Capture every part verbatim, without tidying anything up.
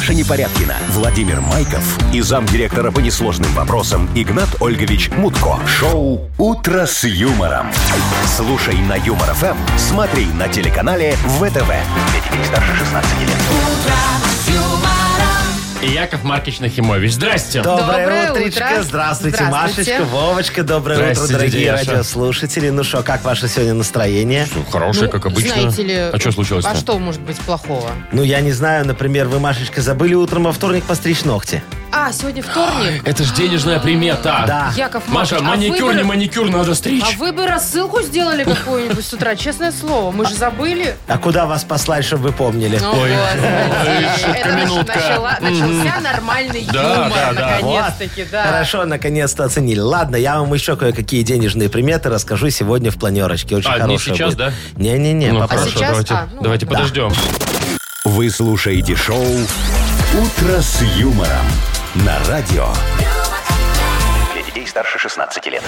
Маша Непорядкина, Владимир Майков и замдиректора по несложным вопросам Игнат Ольгович Мутко. Шоу «Утро с юмором». Слушай на Юмор ФМ, смотри на телеканале ВТВ. Для детей старше шестнадцати лет. И Яков Маркович Нахимович. Здрасте. Доброе, Доброе утречко. утро. Здравствуйте, Здравствуйте. Машечка, Вовочка. Доброе Здрасте, утро, дорогие дядя Яша. радиослушатели. Ну что, как ваше сегодня настроение? Хорошее, Ну, как обычно. Знаете ли, А что случилось-то? А что может быть плохого? Ну, я не знаю, например, вы, Машечка, забыли утром во вторник постричь ногти. А, сегодня вторник. Это ж денежная примета. Да. Яков Маша, Маркович, а маникюр, вы бы- не маникюр, надо стричь. А вы бы рассылку сделали какую-нибудь с утра, честное слово. Мы же забыли. А куда вас послать, чтобы вы помнили? О, Ой, Господи. шутка Это нач- минутка. начала- начался нормальный Да, юмор, да, да. наконец-таки, да. Хорошо, наконец-то оценили. Ладно, я вам еще кое-какие денежные приметы расскажу сегодня в планерочке. Очень А, не хорошая сейчас, будет. да? Не-не-не, Ну, попозже. хорошо, сейчас? давайте, А, ну, давайте да. подождем. Вы слушаете шоу «Утро с юмором» на радио. Для детей старше шестнадцати лет.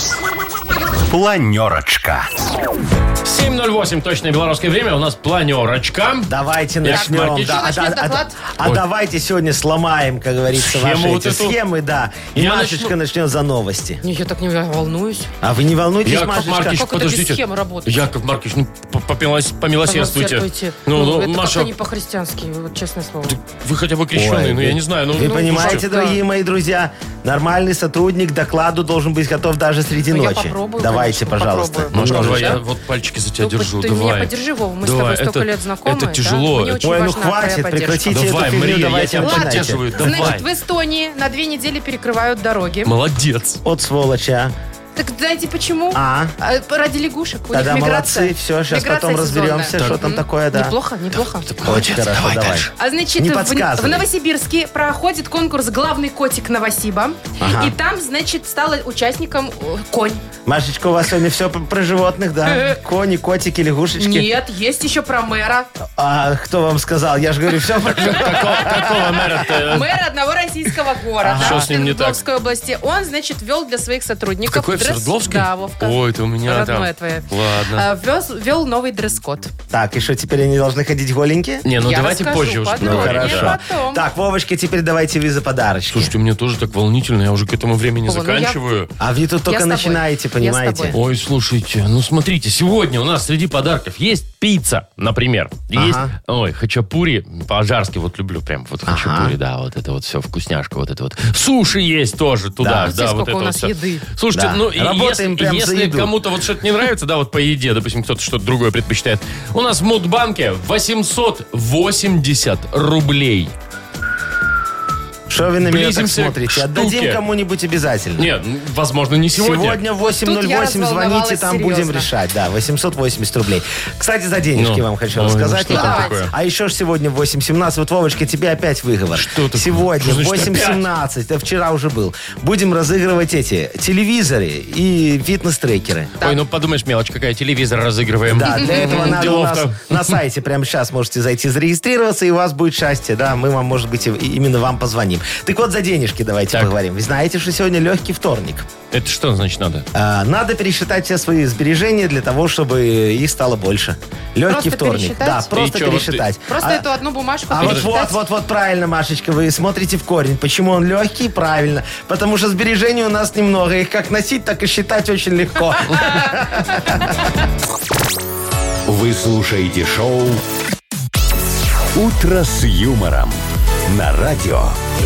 Планерочка. семь ноль восемь, точное белорусское время. У нас планерочка. Давайте Яков начнем. Маркович. Да, а, Начнет а- а- доклад? а Ой. давайте сегодня сломаем, как говорится, Схему ваши вот эти эту? схемы, да. И Я Машечка начну. начнет за новости. Не, я так не волнуюсь. А вы не волнуйтесь, Яков Машечка? Маркович, Как это без подождите. схемы работает? Яков Маркович, ну, п- попилась- помилосердствуйте. Помилосердуйте. Ну, ну, это Маша, как-то не по-христиански, вот честное слово. вы хотя бы крещеный, Ой, ну, вы- я не знаю. Ну, Вы ну, понимаете, что? дорогие мои друзья, нормальный сотрудник к докладу должен быть готов даже среди Ну, я ночи. попробую, Давайте, конечно, пожалуйста. попробую. Машка, Немножечко. давай я вот пальчики за тебя Ну, держу. ты давай. меня подержи, Вова, мы с Давай, тобой столько это- лет знакомы. это да? тяжело. Мне очень Ой, ну важна твоя хватит, поддержка. прекратите Давай, эту фигню, Мария, я давайте тебя Ладно. поддерживаю. Давай. Значит, в Эстонии на две недели перекрывают дороги. Молодец. От сволочи, а. Так знаете почему? А? А, Ради лягушек. У Тогда них миграция. молодцы, все, сейчас Миграция потом разберемся, сезонная. что там Мгм. такое, да. Неплохо, неплохо. Очень хорошо, давай. А значит, Не в, подсказывай. в Новосибирске проходит конкурс «Главный котик Новосиба». Ага. И там, значит, стала участником э, конь. Машечка, у вас сегодня все про животных, да? Кони, котики, лягушечки. Нет, есть еще про мэра. А кто вам сказал? Я же говорю, все про Какого, какого мэра-то? Мэра одного российского города Ага. Что в с ним не так? Свердловской области. Он, значит, вел для своих сотрудников... Какой, в дресс- Свердловске? Да, Вовка. Ой, это у меня Родное там. твое. Ладно. А, вез- Вел новый дресс-код. Так, и что, теперь они должны ходить голенькие? Не, ну Я давайте расскажу позже уже подробнее. Ну, поговорим. хорошо. потом. Так, Вовочка, теперь давайте вы за подарочки. Слушайте, мне тоже так волнительно, я уже к этому времени Вова, ну я- заканчиваю. А вы тут только с тобой. начинаете, Я с понимаете? тобой. Ой, слушайте, ну смотрите, сегодня у нас среди подарков есть пицца, например. Есть, Ага. ой, хачапури, по-ажарски вот люблю прям, вот хачапури, да, вот это вот все, вкусняшка, вот это вот. Суши есть тоже туда, Да. да, Смотрите, вот сколько это у вот нас всё. еды. Слушайте, Да. ну и Работаем если, прям за если еду. кому-то вот что-то не нравится, да, вот по еде, допустим, кто-то что-то другое предпочитает, у нас в Мудбанке восемьсот восемьдесят рублей. Что вы на меня так Близимся к смотрите? Отдадим штуке. кому-нибудь обязательно. Нет, ну, возможно, не сегодня. Сегодня в восемь ноль Тут я восемь звоните, разволновалась там будем серьезно. решать. Да, восемьсот восемьдесят рублей. Кстати, за денежки Ну. вам хочу Ой, ну рассказать. что Яков там Маркович. такое? А еще ж сегодня в восемь семнадцать. Вот, Вовочка, тебе опять выговор. Что такое? Сегодня Что в значит восемь семнадцать, да вчера уже был, будем разыгрывать эти телевизоры и фитнес-трекеры. Ой, ну подумаешь, мелочь какая, телевизор разыгрываем. Да, для этого надо у нас Делов-то. на сайте прямо сейчас можете зайти зарегистрироваться, и у вас будет счастье. Да, мы вам, может быть, и- именно вам позвоним. Так вот, за денежки давайте Так. поговорим. Вы знаете, что сегодня легкий вторник. Это что значит надо? А, надо пересчитать все свои сбережения для того, чтобы их стало больше. Легкий Просто вторник. пересчитать? Да, И просто чё, вот пересчитать. Просто а, эту одну бумажку а вот, пересчитать. вот, вот, вот, правильно, Машечка, вы смотрите в корень. Почему он легкий? Правильно. Потому что сбережений у нас немного. Их как носить, так и считать очень легко. Вы слушаете шоу «Утро с юмором» на радио.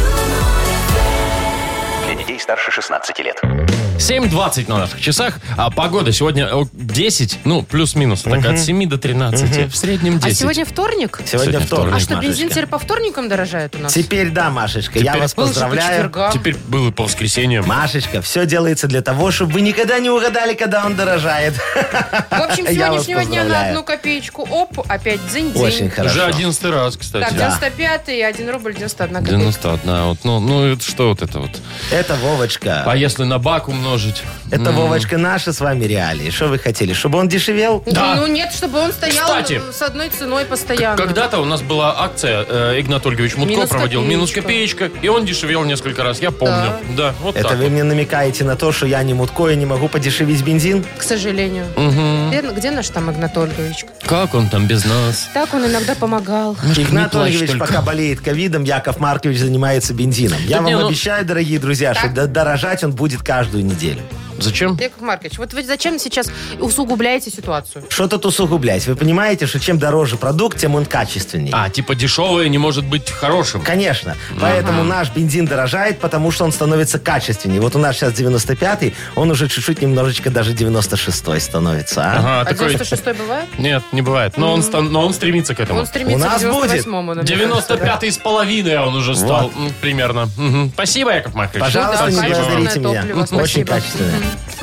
Для детей старше шестнадцати лет. семь двадцать на наших часах, а погода сегодня о, десять, ну, плюс-минус, так от семи до тринадцати, в среднем А десять. сегодня вторник? Сегодня Сегодня вторник, А что, бензин Машечка. теперь по вторникам дорожает у нас? Теперь да, Машечка, я Теперь вас Был же поздравляю. четверга. Теперь было по воскресеньям. Машечка, все делается для того, чтобы вы никогда не угадали, когда он дорожает. В общем, с Я вас сегодняшнего дня на поздравляю. одну копеечку, оп, опять дзынь-дзынь. Очень хорошо. Уже одиннадцатый раз, кстати. Так, девяносто пятый, один рубль, девяносто одна копейка. девяносто одна. Вот, ну, ну, это что вот это вот? Это Вовочка. А если на бак умножить? умножить. Это, Вовочка, наши с вами реалии. Что вы хотели? Чтобы он дешевел? Да. Ну нет, чтобы он стоял Кстати, с одной ценой постоянно. Когда-то у нас была акция, э, Игнат Ольгович Мутко Минус проводил копеечка. минус копеечка, и он дешевел несколько раз, я помню. Да, вот Это так. вы вот. мне намекаете на то, что я не мутко и не могу подешевить бензин? К сожалению. Где, где наш там Игнат Ольгович? Как он там без нас? Так он иногда помогал. Игнат плачь Ольгович только. пока болеет ковидом, Яков Маркович занимается бензином. Я Так вам не, ну- обещаю, дорогие друзья, что д- дорожать он будет каждую неделю. Зачем? Яков Маркович, вот вы зачем сейчас усугубляете ситуацию? Что тут усугублять? Вы понимаете, что чем дороже продукт, тем он качественнее. А, типа дешевое не может быть хорошим. Конечно. Поэтому наш бензин дорожает, потому что он становится качественнее. Вот у нас сейчас девяносто пятый, он уже чуть-чуть немножечко даже девяносто шестой становится. А? Ага, А такой... девяносто шестой бывает? Нет, не бывает. Но, он, ста- но он стремится к этому. Он стремится У нас к девяносто восьмому. наверное. девяносто пятый с половиной он уже стал. м, Примерно. Мгм. Спасибо, Яков Маркович. Пожалуйста, Да, не качественное благодарите меня. топливо, Очень спасибо. качественное.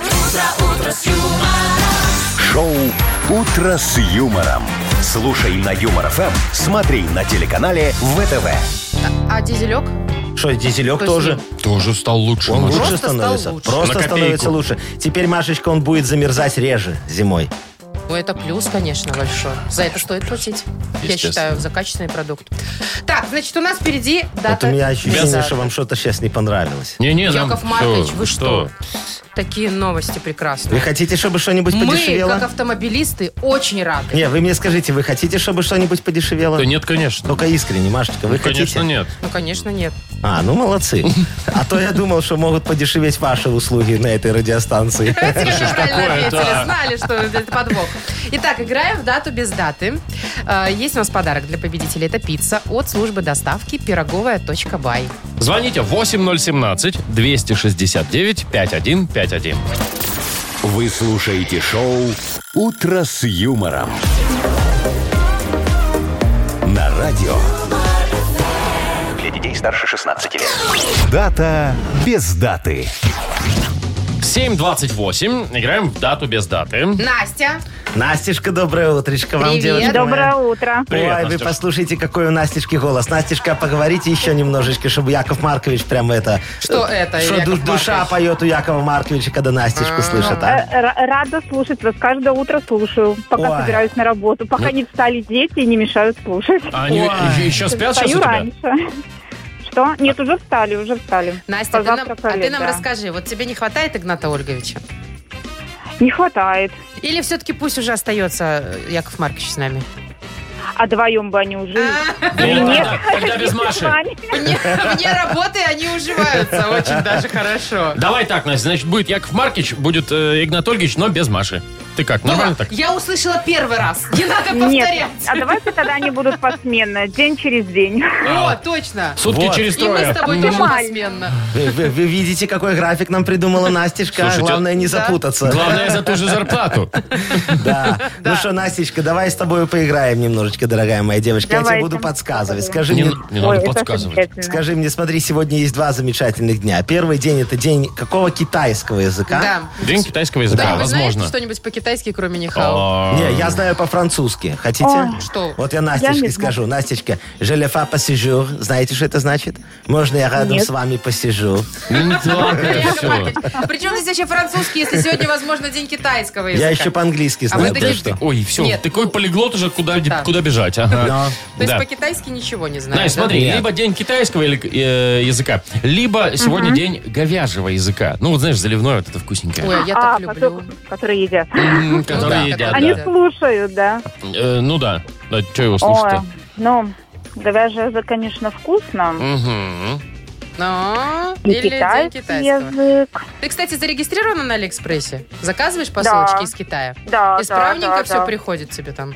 Шоу «Утро с юмором». Слушай на Юмор ФМ, смотри на телеканале ВТВ. А дизелек? Что, дизелек То есть тоже? Тоже стал лучше. Он Маша. лучше Просто стал становится. лучше. Просто На копейку. становится лучше. Теперь, Машечка, он будет замерзать реже зимой. Ну, это плюс, конечно, большой. За это стоит платить. Я Естественно. считаю, за качественный продукт. Так, значит, у нас впереди дата. Вот у меня ощущение, дата. что вам что-то сейчас не понравилось. Не-не, нам Яков всё, Маркович, вы что? Такие новости прекрасные. Вы хотите, чтобы что-нибудь Мы, подешевело? как автомобилисты, очень рады. Не, вы мне скажите, вы хотите, чтобы что-нибудь подешевело? Да нет, конечно. Только искренне, Машечка, вы Ну, конечно, хотите? нет. Ну, конечно, нет. А, ну молодцы. А то я думал, что могут подешеветь ваши услуги на этой радиостанции. Правильно такое-то? ответили, знали, что это подвох. Итак, играем в дату без даты. Э, Есть у нас подарок для победителей. Это пицца от службы доставки пироговая точка бай. Звоните восемь ноль семнадцать двести шестьдесят девять пятьдесят один пятьдесят один. Вы слушаете шоу «Утро с юмором». На радио. Для детей старше шестнадцати лет. Дата без даты. семь двадцать восемь. Играем в дату без даты. Настя. Настюшка, доброе утречко вам, Привет. девочка моя. Доброе утро. Привет, Ой, вы Настюш. послушайте, какой у Настюшки голос. Настюшка, поговорите еще немножечко, чтобы Яков Маркович прям это... Что это, Что Яков ду- душа Маркович? поет у Якова Марковича, когда Настюшку слышит, а? Э, р- Рада слушать вас. Каждое утро слушаю, пока Ой. собираюсь на работу. Пока не встали дети и не мешают слушать. А они Ой. еще спят сейчас у Встаю тебя? раньше. Что? Нет, уже встали, уже встали. Настя, ты нам, а Позавтракали, ты нам да. расскажи, вот тебе не хватает Игната Ольговича? Не хватает. Или все-таки пусть уже остается э, Яков Маркович с нами? А вдвоем бы они ужили. Нет, Нет. тогда, тогда без Маши. Вне, вне работы они уживаются очень даже хорошо. Давай так, Настя, значит, будет Яков Маркович, будет э, Игнат Ольгович, но без Маши. Ты как, нормально так? Я услышала первый раз. Не надо Нет. повторять. А давайте тогда они будут посменно, день через день. О, точно. Сутки Вот. через И мы трое. с тобой Ну, тоже нормально. посменно. Вы, вы- вы видите, какой график нам придумала Настюшка? Слушайте, Главное не да. запутаться. Главное за ту же зарплату. Да. Ну что, Настечка, давай с тобой поиграем немножечко, дорогая моя девочка. Я тебе Давайте. буду подсказывать. Скажи Не, мне, не Ой, надо это подсказывать. замечательно. скажи мне, смотри, сегодня есть два замечательных дня. Первый день это день какого китайского языка? Да. День китайского языка, Да, вы возможно. знаете что-нибудь по-китайски, кроме нихао? А, Не, я знаю по-французски. Хотите? Ой. Что? Вот я Я Настечке не скажу. Настечка, je le fais pas séjour. Знаете, что это значит? Можно я рядом Нет. с вами посижу? ну не так это Яков все. Маркович, Причем здесь вообще французский, если сегодня, возможно, день китайского языка? Я еще по-английски А вы знаю. такие- так что. Ой, все, Нет. такой полиглот уже, куда, Да. куда бежать. Ага. Но. То есть Да. по-китайски ничего не знаю. Знаешь, да? смотри, Нет. либо день китайского или- э, языка, либо сегодня день говяжьего языка. Ну, вот знаешь, заливное вот это вкусненькое. Ой, я А, так люблю. которые- которые едят. М, Которые да, едят, Они да. слушают, да. Э, Ну да, да, что его Ой, слушать-то? ну, говяжий язык, конечно, вкусно. Мгм. Но... И Или день китайский китайского. язык. Ты, кстати, зарегистрирована на Алиэкспрессе? Заказываешь Да. посылочки из Китая? Да, Исправненько да, да, все да. приходит тебе там?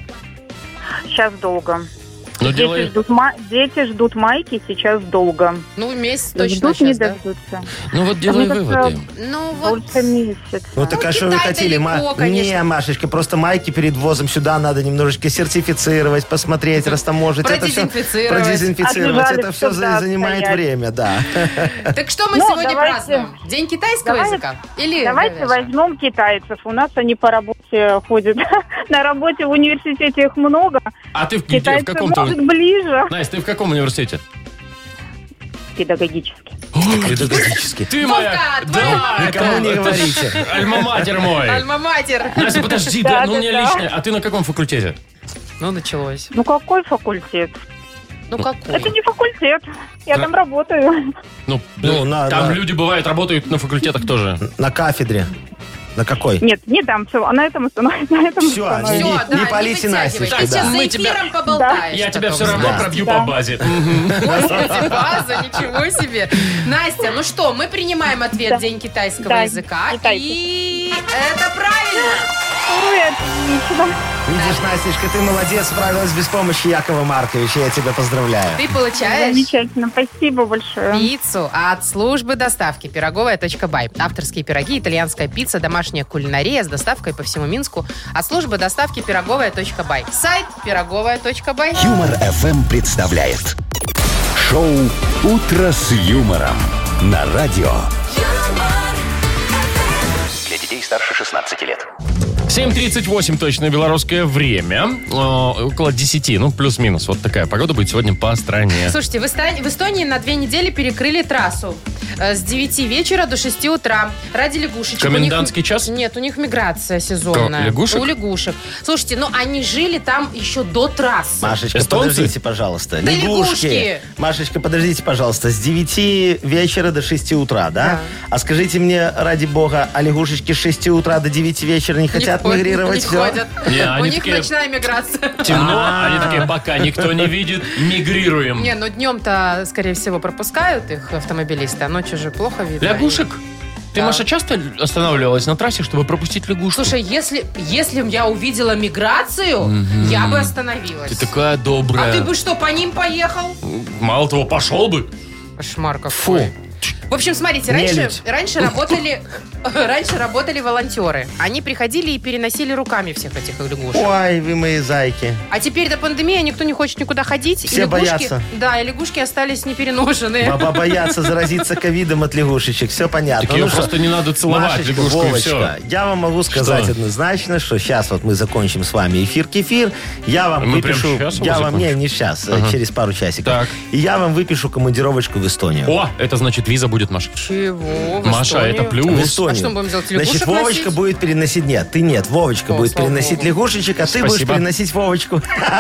Сейчас долго. Ну, Дети делай... ждут, ма- дети ждут майки, сейчас долго. Ну, месяц точно ждут, не сейчас, да? дождутся. Ну вот делай Мне кажется, выводы. Ну, вот... Больше месяца. Ну так Ну, а что вы Китай хотели? далеко, Ма- конечно. Не, Машечка, просто майки перед ввозом сюда надо немножечко сертифицировать, посмотреть, растаможить. Это всё- Продезинфицировать. Продезинфицировать. Отжали, Это все всё, да, занимает стоять. время, да. Так что мы Ну, сегодня давайте- празднуем? День китайского Давай- языка? Или Давайте говяжьего? возьмем китайцев. У нас они по работе ходят. На работе в университете их много. А ты в, где, в Китайцы каком-то... будут ближе. Настя, ты в каком университете? Педагогический. О, Педагогический. Ты Вовка, моя... твоя Да, Никому это- не это говорите. ж Альма-матер мой. Альма-матер. Настя, подожди, Да, да, ну да, не да. личное. А ты на каком факультете? Ну, началось. Ну какой факультет? Ну, какой? Это не факультет. Я Да. там работаю. Ну, Ну, на- там на- люди, бывают, работают на факультетах тоже. На кафедре. На какой? Нет, не там все. А на этом остановится. На этом Всё, остановится. не- Всё, не да, палите вытягивай. Настечку, Ты да. сейчас Мы за тебя- эфиром поболтаешь. Я тебя потом. все равно Да. пробью Да. по базе. Господи, база, ничего себе. Настя, ну что, мы принимаем ответ Да. День китайского Да, языка. китайский. И это правильно. Ой, отлично. Видишь, Настечка, ты молодец, справилась без помощи Якова Марковича. Я тебя поздравляю. Ты получаешь Замечательно. Спасибо большое. пиццу от службы доставки пироговая точка бай. Авторские пироги, итальянская пицца, домашняя кулинария с доставкой по всему Минску от службы доставки пироговая точка бай. Сайт пироговая точка бай. Юмор эф эм представляет шоу «Утро с юмором» на радио. Для детей старше шестнадцати лет. семь тридцать восемь точно белорусское время. О, около десяти, ну, плюс-минус. Вот такая погода будет сегодня по стране. Слушайте, в Эстонии, в Эстонии на две недели перекрыли трассу э, с девяти вечера до шести утра ради лягушечек. Комендантский у них, час? Нет, у них миграция сезонная. Кто, лягушек? У лягушек. Слушайте, ну они жили там еще до трассы. Машечка, Эстонцы? подождите, пожалуйста. Да лягушки. Машечка, подождите, пожалуйста. С девяти вечера до шести утра, да? Да. А скажите мне, ради бога, а лягушечки с шести утра до девяти вечера не хотят ходят, мигрировать? не Всё? ходят. Не, У они них такие- ночная миграция. Темно, А. они такие, пока никто не видит, мигрируем. Не, ну днем-то, скорее всего, пропускают их автомобилисты, а ночью же плохо видно. Лягушек? Ты, Да. Маша, часто останавливалась на трассе, чтобы пропустить лягушку? Слушай, если, если б я увидела миграцию, я бы остановилась. Ты такая добрая. А ты бы что, по ним поехал? Мало того, пошел бы. Кошмар какой. Фу. В общем, смотрите, раньше, Нелюдь. раньше работали раньше работали волонтеры. Они приходили и переносили руками всех этих лягушек. Ой, вы мои зайки. А теперь до пандемии никто не хочет никуда ходить. Все и лягушки, боятся. Да, и лягушки остались непереношенные. Баба боятся заразиться ковидом от лягушечек. Все понятно. Так ее Ну что, просто не надо целовать, Машечка, лягушку, и все. Вовочка, я вам могу сказать Что? однозначно, что сейчас вот мы закончим с вами эфир-кефир. Я вам Мы прям выпишу... сейчас его Я вам... Не, закончим? не сейчас, Ага. через пару часиков. Так. И я вам выпишу командировочку в Эстонию. О, это значит виза будет, Маша. Чего? В Маша, Эстонию? это В плюс. Эстонию. А что мы будем делать, лягушек Значит, Вовочка носить? будет переносить... Нет, ты нет. Вовочка О, будет слава переносить богу. лягушечек, а ты будешь Спасибо. переносить Вовочку.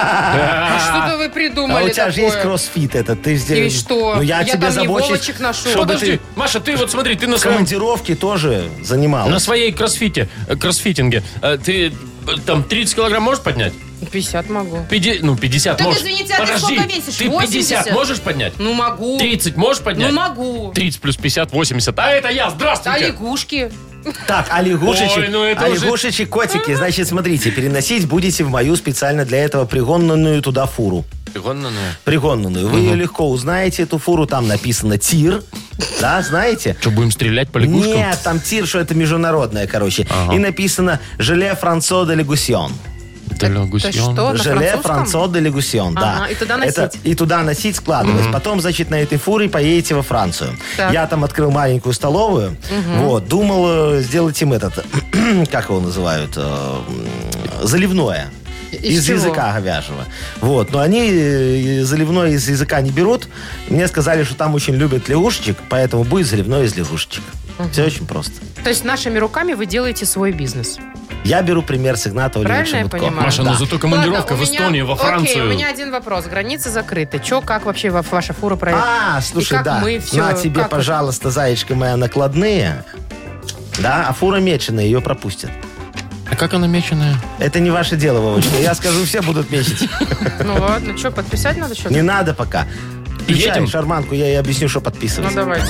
А что-то вы А придумали у тебя же такое? есть кроссфит этот. Ты здесь... И что? Ну, я, Я тебе там не забочусь, Вовочек ношу. чтобы Подожди, ты Маша, ты вот смотри, ты на в своем командировке тоже занималась. на своей кроссфите, э, кроссфитинге, э, ты э, там тридцать килограмм можешь поднять? пятьдесят могу. Пяти- ну, пятьдесят Так, можешь. извините, а ты Подожди, сколько весишь? ты восемьдесят? пятьдесят можешь поднять? Ну, могу. тридцать можешь поднять? Ну, могу. тридцать плюс пятьдесят, восемьдесят. А это я, А здравствуйте. лягушки? Так, а лягушечек, Ой, ну это а уже- лягушечек, котики, значит, смотрите, переносить будете в мою специально для этого пригонную туда фуру. Пригонную. Вы ее легко узнаете, эту фуру, там написано «Тир». Да, знаете? Что, будем стрелять по лягушкам? Нет, там «Тир», что это международное, короче. Ага. И написано «Желе Франсо де Легусьон». Это лягусьон. Это что? На Желе французском? Франсо де Легусьон, да. Ага, и туда Это- носить. и туда носить, складывать. Потом, значит, на этой фуре поедете во Францию. Так. Я там открыл маленькую столовую. Вот, думал э, сделать им этот, как его называют, э, м, заливное. Из Из чего? языка говяжьего. Вот. Но они э, заливное из языка не берут. Мне сказали, что там очень любят лягушечек, поэтому будет заливное из лягушечек. Все очень просто. То есть нашими руками вы делаете свой бизнес. Я беру пример с Игната Правильно Валерьевича я Мутко. понимаю? Маша, Да. ну зато командировка Ладно, у в меня- Эстонию, во Францию. Окей, у меня один вопрос. Границы закрыты. Че, как вообще ва- ваша фура проедет? А, И слушай, как да. мы все... На тебе, как- пожалуйста, заячка моя, накладные. Да, а фура меченая, ее пропустят. А как она меченая? Это не ваше дело, Вовочка. Я скажу, все будут мечить. Ну ладно, что, подписать надо что-то? Не надо пока. Включай Едем? шарманку, я ей объясню, что Ну подписывать. давайте.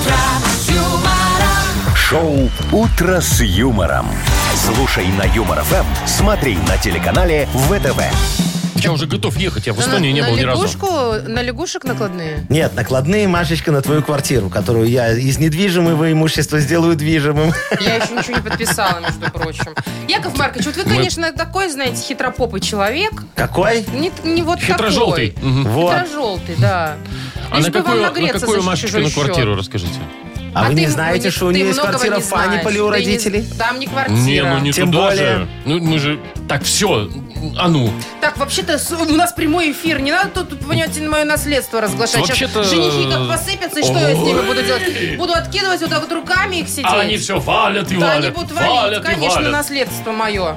Шоу «Утро с юмором». Слушай на Юмор эф эм, смотри на телеканале вэ тэ вэ. Я уже готов ехать, я в На- Эстонии не на был ни разу. лягушку, на лягушек накладные? Нет, накладные, Машечка, на твою квартиру, которую я из недвижимого имущества сделаю движимым. Я еще ничего не подписала, между прочим. Яков Маркович, вот вы, конечно, такой, знаете, хитропопый человек. Какой? Не, не вот Хитрожелтый. такой. Мгм. Вот. Хитрожелтый, да. А Лишь на бы вам какую, на нагреться какую за Машечкину чужой квартиру, счет. расскажите? А, вы ты- не знаете, не- что у ты нее есть многого квартира не в Фаниполе знаешь. у Ты не- родителей? Там не квартира. Не, ну не Тем туда более- же. Ну мы же... Так, все. А ну. Так, вообще-то с- у нас прямой эфир. Не надо тут, понимаете, мое наследство разглашать. Сейчас Вообще-то- женихи как посыпятся, и что я с ними буду делать? Буду откидывать вот так вот руками их сидеть? А они все валят и Да, валят. они будут валить, валят и конечно, валят. наследство мое.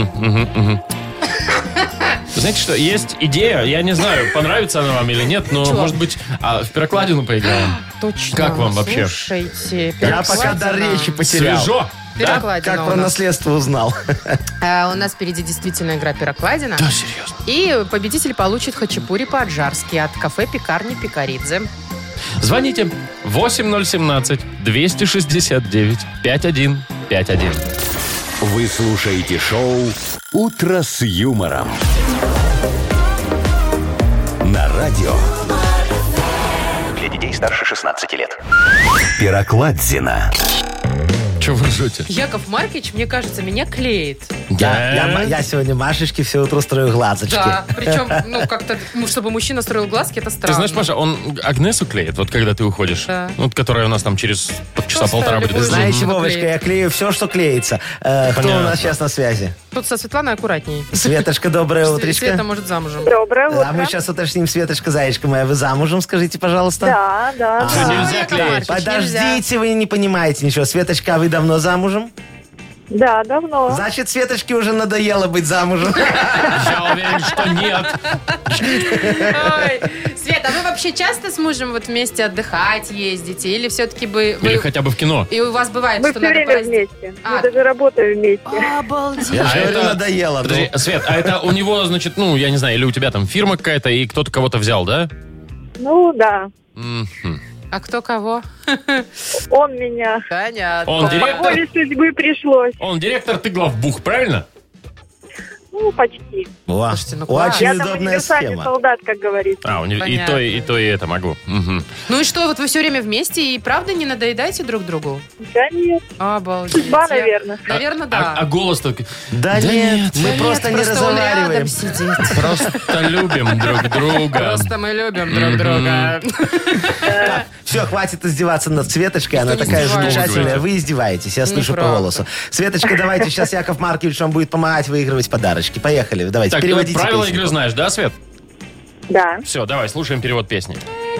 Знаете что, есть идея, я не знаю, понравится она вам или нет, но, Чего? может быть, а, в пироклядину поиграем. Точно. Как вам вообще? Слушайте, Я пока до перекладина. речи потерял. Свежо? Да? Перекладина Как у про нас. наследство узнал. А, у нас впереди действительно игра «Перекладина». Да, серьезно. И победитель получит хачапури по-аджарски от кафе-пекарни Пикаридзе. Звоните восемь ноль семнадцать двести шестьдесят девять пятьдесят один пятьдесят один. Вы слушаете шоу «Утро с юмором». На радио. Для детей старше шестнадцати лет. Пирокладзина. Че вы ржете? Яков Маркович, мне кажется, меня клеит. Я, я, я сегодня Машечке все утро строю глазочки. Да, причем, ну, как-то, ну, чтобы мужчина строил глазки, это странно. Ты знаешь, Маша, он Агнесу клеит, вот когда ты уходишь. Да. Вот, которая у нас там через часа Просто полтора будет. любой Знаете, Мгм. Вовочка, клеит. я клею все, что клеится. Э, кто Понятно. у нас сейчас на связи? Тут со Светланой аккуратней. Светочка, доброе Света, утречко. может, замужем. Доброе утро. А мы сейчас уточним, Светочка, зайчка моя, вы замужем, скажите, пожалуйста? Да, да, Всё, да. нельзя Яков клеить. Маркович, нельзя. Подождите, вы не понимаете ничего. Светочка, а вы давно замужем? Да, давно. Значит, Светочке уже надоело быть замужем. Я уверен, что нет. Ой. Свет, а вы вообще часто с мужем вот вместе отдыхать ездите? Или все-таки бы... вы- Или хотя бы в кино. И у вас бывает, Мы что все надо время пораздеть? вместе. А. Мы даже работаем вместе. Обалдеть. Я же А говорю, это- надоело. ну. Подожди, Свет, а это у него, значит, ну, я не знаю, или у тебя там фирма какая-то, и кто-то кого-то взял, да? Ну, да. Мгм. А кто кого? Он меня. Понятно. Он По директор, воле судьбы пришлось. он директор, ты главбух, правильно? Ну, почти. Во, Слушайте, ну класс. очень Я там удобная универсальный схема. солдат, как говорится. А, у него и Понятно. то, и, и то, и это могу. Мгм. Ну и что, вот вы все время вместе и правда не надоедаете друг другу? Да нет. Обалдеть. Судьба, Я- наверное. Наверное, А, да. а голос только... Да, нет, мы Да просто нет, не просто он разговариваем. рядом сидит. Просто любим друг друга. Просто мы любим друг друга. Все, хватит издеваться над Светочкой, она не такая издеваюсь. замечательная. Вы издеваетесь, я слышу по Неправда. голосу. Светочка, давайте сейчас Яков Маркович вам будет помогать выигрывать подарочки. Поехали, давайте, Так, ты переводите правила песенку. игры знаешь, да, Свет? Да. Все, давай, слушаем перевод песни.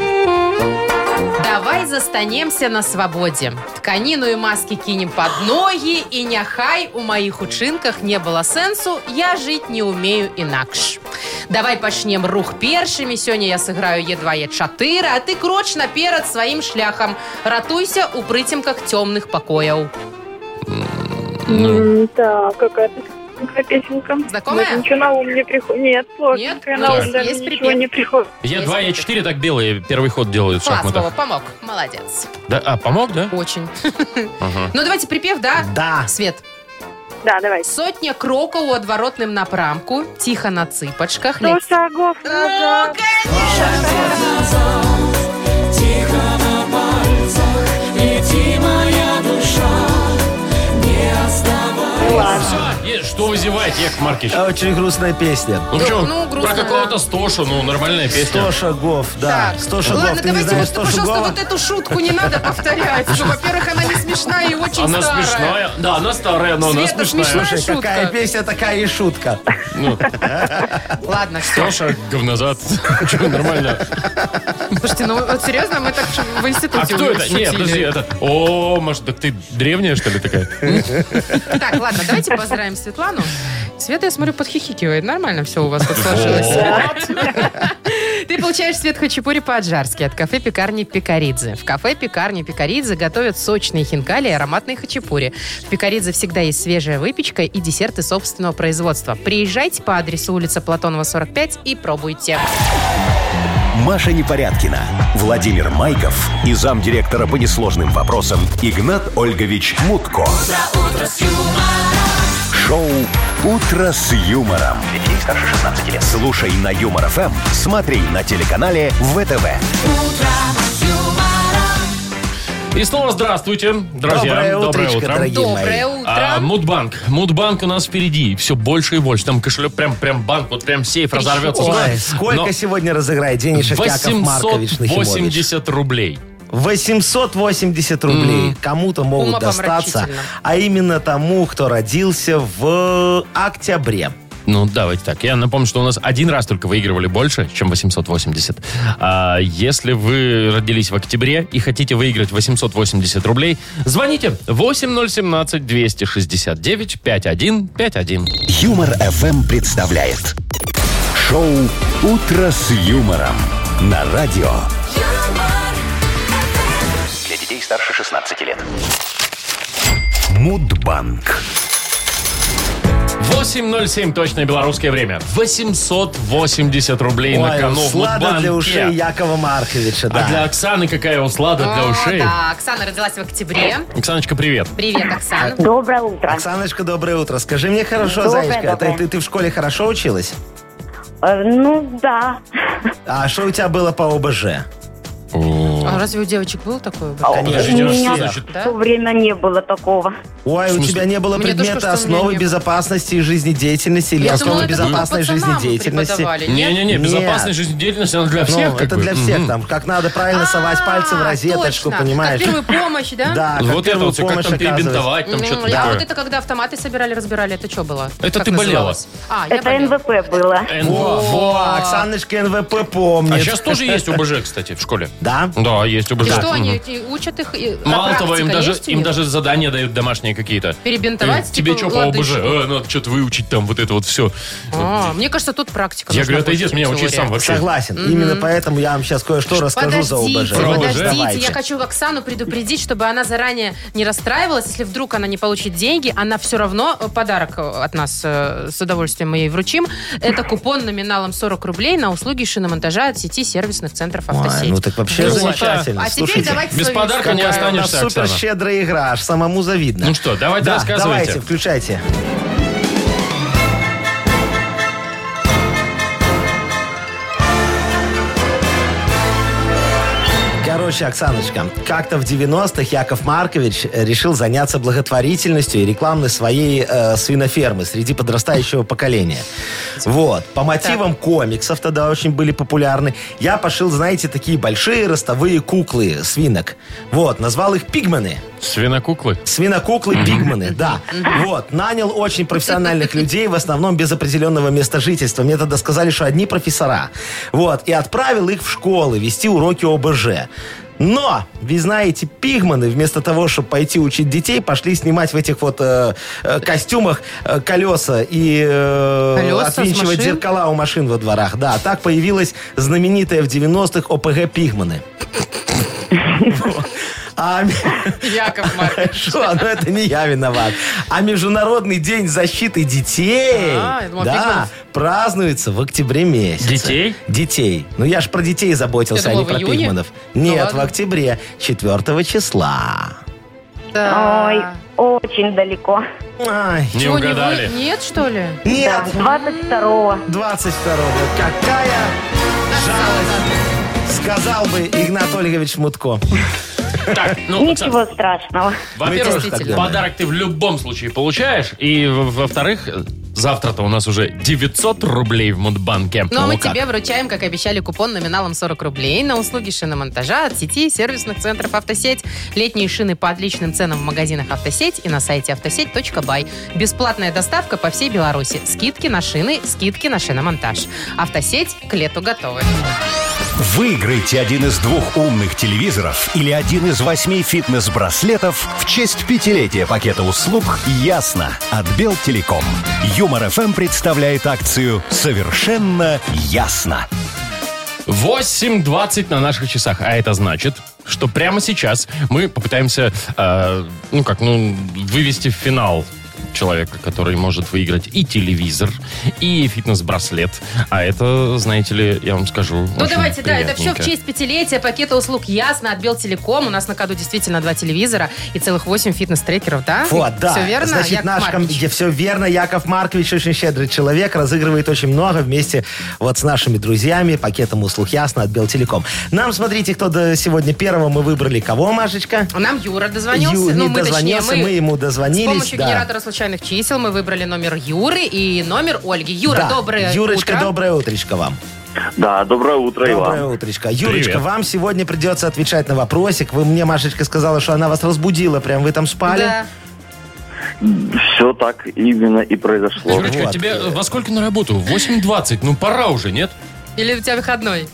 Давай застанемся на свободе. Тканину и маски кинем под ноги, и няхай у моих учинках не было сенсу, я жить не умею інакш. Давай пачнем рух першымі, сёння я сыграю Е2, Е4, а ты кроч наперад сваім шляхам. Ратуйся у прыцемках цёмных пакояў. М, Так, какая-то какая песенка. Знакомая? Вот ничего на ум не приходит. Нет, сложненькая, Нет? на Есть- ум даже есть ничего припев. не приходит. Е2, Е4 так белые первый ход делают в Класс, шахматах. Вова, помог. Молодец. Да, а, помог, да? Очень. Ага. Ну, давайте припев, да? Да. Свет. Да, давай. Сотня крокаў у адваротным напрамку, ціха на цыпачках. Сто шагов Ну, назад. Все, е- что вы зеваете, Яков Маркович? Очень грустная песня. Ну, что, ну, грустно, про какого-то Стошу, ну, нормальная песня. Сто шагов, да. Так, Сто шагов, ладно, ты не давайте, знаешь вот, сто пожалуйста, шагов? вот эту шутку не надо повторять. Ну, во-первых, она не смешная и очень Она старая. смешная. Да, она старая, но она Света, смешная. смешная. Слушай, шутка. какая песня, такая и шутка. Ну, Ладно, все. сто шагов назад. Что, нормально. Слушайте, ну вот серьезно, мы так в институте А кто это? шутили. Нет, подожди, это... О, может, так ты древняя, что ли, такая? Так, ладно, давайте поздравим Светлану. Света, я смотрю, подхихикивает. Нормально все у вас тут сложилось. Ты получаешь, Свет, хачапури по-аджарски от кафе-пекарни Пикаридзе. В кафе-пекарни Пикаридзе готовят сочные хинкали и ароматные хачапури. В Пикаридзе всегда есть свежая выпечка и десерты собственного производства. Приезжайте по адресу улица Платонова, сорок пять и пробуйте. Маша Непорядкина, Владимир Майков и замдиректора по несложным вопросам Игнат Ольгович Мутко. Шоу «Утро с юмором». Для детей старше шестнадцати лет. Слушай на Юмор ФМ, смотри на телеканале ВТВ. И снова здравствуйте, друзья. Доброе утречко, утро. дорогие Доброе мои. утро. А, Мудбанк. Мудбанк у нас впереди. Все больше и больше. Там кошелек, прям, прям банк, вот прям сейф разорвется. Ой, сколько Но сегодня разыграет денежек Яков Маркович восемьсот Нахимович? восемьдесят рублей. восемьсот восемьдесят рублей кому-то могут достаться, Умопомрачительно. а именно тому, кто родился в октябре. Ну, давайте так. Я напомню, что у нас один раз только выигрывали больше, чем восемьсот восемьдесят. А если вы родились в октябре и хотите выиграть восемьсот восемьдесят рублей, звоните восемь ноль один семь двести шестьдесят девять пятьдесят один пятьдесят один. Юмор эф эм представляет шоу «Утро с юмором» на радио. Для детей старше шестнадцати лет. Мудбанк. восемь ноль семь точное белорусское время. восемьсот восемьдесят рублей на Ой, кону в услада Мудбанке. для ушей Якова Марковича, да. А для Оксаны какая услада для О, ушей? да, Оксана родилась в октябре. Оксаночка, привет. Привет, Оксана. Доброе утро. Оксаночка, доброе утро. Скажи мне хорошо, Доброе, зайчка, доброе. ты, ты, ты в школе хорошо училась? Э, ну, да. А что у тебя было по о бэ жэ? А разве у девочек было такое? А Конечно, Подождите, у а что меня значит? в то время не было такого. Ой, у тебя не было Мне тоже предмета кажется, у меня основы не было. безопасности и жизнедеятельности или Я основы думала, это только безопасной пацанам жизнедеятельности? преподавали, нет? Не-не-не, Нет. безопасная жизнедеятельность, она для всех. Ну, как это бы. для всех Мгм. там, как надо правильно совать пальцы в А, розеточку, точно. понимаешь? Как первую помощь, да? Да, как Вот это первую вот всё, как помощь там оказывать. перебинтовать, там М, что-то А такое. вот это когда автоматы собирали, разбирали, это что было? Это Как ты болела. называлось? А, я Это болела. эн вэ пэ было. Во, во, Оксаночка эн вэ пэ помнит. А сейчас тоже есть о бэ жэ, кстати, в школе. Да? Да, есть о бэ И жэ. что, Мгм. они эти учат их? и- а Мало того, им практика даже, есть у им них? даже задания дают домашние какие-то. Перебинтовать, Э, Тебе типа, что по о бэ жэ? лодыжку? Э, надо что-то выучить там, вот это вот все. А, мне кажется, тут практика Я нужна говорю, отойди больше, от меня, чем учись теория. сам вообще. Согласен. Именно поэтому я вам сейчас кое-что расскажу за о бэ жэ. Подождите, Про Ну, о бэ жэ? подождите, давайте. я хочу Оксану предупредить, чтобы она заранее не расстраивалась. Если вдруг она не получит деньги, она все равно э, подарок э, от нас э, с удовольствием мы ей вручим. Это купон номиналом сорок рублей на услуги шиномонтажа от сети сервисных центров Ой, «Автосеть». ну так вообще Вот. замечательно. А теперь Слушайте, давайте без свою подарка не историю. какая у нас останешься, супер Оксана. щедрая игра, аж самому завидно. Ну что, давайте Да, рассказывайте. давайте, включайте. Короче, Оксаночка, как-то в девяностых Яков Маркович э, решил заняться благотворительностью и рекламой своей э, свинофермы среди подрастающего поколения. Вот. По мотивам комиксов тогда очень были популярны. Я пошил, знаете, такие большие ростовые куклы свинок. Вот. Назвал их пигмены. Свинокуклы. Свинокуклы, пигмены, да. Вот. Нанял очень профессиональных людей, в основном без определенного места жительства. Мне тогда сказали, что одни профессора. Вот. И отправил их в школы вести уроки о бэ жэ. Но, вы знаете, пигмены вместо того, чтобы пойти учить детей, пошли снимать в этих вот э, э, костюмах э, колеса и э, Колеса с отвинчивать машин? зеркала у машин во дворах. Да, так появилась знаменитая в девяностых о пэ гэ пигмены. А Яков Маркович. Хорошо, но это не я виноват. А Международный день защиты детей, А, я думала, да, пигментов. празднуется в октябре месяце. Детей? Детей. Ну, я ж про детей заботился, Я а не думала, в про июне. пигменов. Ну, Нет, ладно. в октябре, четвертого числа. Да. Ой, очень далеко. Ай, Не Чего, не вы- угадали. Нет, что ли? нет, Да, двадцать второго. двадцать второго. Какая жалость. Сказал бы Игнат Ольгович Мутко. Так, ну, Оксана, Ничего страшного. во-первых, тоже так думаем. подарок ты в любом случае получаешь. И, во- во-вторых, завтра-то у нас уже девятьсот рублей в Мудбанке. Ну, а мы Ну, как? тебе вручаем, как обещали, купон номиналом сорок рублей на услуги шиномонтажа от сети сервисных центров «Автосеть». Летние шины по отличным ценам в магазинах «Автосеть» и на сайте автосеть точка бай. Бесплатная доставка по всей Беларуси. Скидки на шины, скидки на шиномонтаж. «Автосеть» к лету готовы. Выиграйте один из двух умных телевизоров или один из восьми фитнес-браслетов в честь пятилетия пакета услуг «Ясно» от Белтелеком. Юмор эф эм представляет акцию «Совершенно ясно». восемь двадцать на наших часах. А это значит, что прямо сейчас мы попытаемся, э, ну как, ну, вывести в финал человека, который может выиграть и телевизор, и фитнес-браслет. А это, знаете ли, я вам скажу, Ну, очень давайте, да, это все в приятненько. честь пятилетия пакета услуг «Ясно» от Белтелеком. У нас на коду действительно два телевизора и целых восемь фитнес-трекеров, да? Вот, да. Все верно, Значит, Яков наш ком- Маркович? все верно. Яков Маркович очень щедрый человек, разыгрывает очень много вместе вот с нашими друзьями, пакетом услуг «Ясно» от Белтелеком. Нам, смотрите, кто до сегодня первого мы выбрали. Кого, Машечка? Нам Юра дозвонился. Ю- ну, не мы, дозвонился, точнее, мы ему С дозвонились. помощью да. генератора случайных чисел мы выбрали номер Юры и номер Ольги. Юра, Да. доброе Юрочка, утро. доброе утречко вам. Да, доброе утро, Доброе Иван. утречко. Юрочка, Привет. вам сегодня придется отвечать на вопросик. Вы мне, Машечка, сказала, что она вас разбудила. Прям вы там спали? Да. Все так именно и произошло. Юрочка, Вот. тебе во сколько на работу? восемь двадцать. Ну, пора уже, нет? Или у тебя выходной?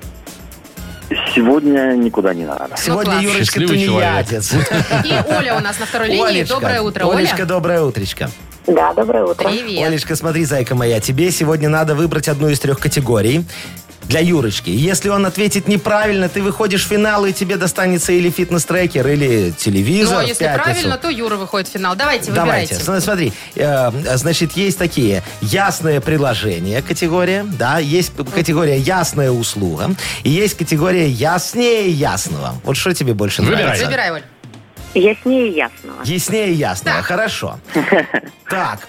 Сегодня никуда не надо. Сегодня, класс. Юрочка, Счастливый тунеядец. И Оля у нас на второй линии. Олечка. Доброе утро, Олечка, Оля. доброе утречко. Да, доброе утро. Привет. Олечка, смотри, зайка моя, тебе сегодня надо выбрать одну из трех категорий для Юрочки. Если он ответит неправильно, ты выходишь в финал, и тебе достанется или фитнес-трекер, или телевизор. Ну, а в если пятницу. правильно, то Юра выходит в финал. Давайте, Давайте, выбирайте. См- смотри, э, значит, есть такие ясное предложение категория, да, есть п- категория ясная услуга, и есть категория яснее ясного. Вот что тебе больше Выбирай. нравится? Выбирай, Оль. Яснее ясного. Яснее ясного, Так. хорошо. Так,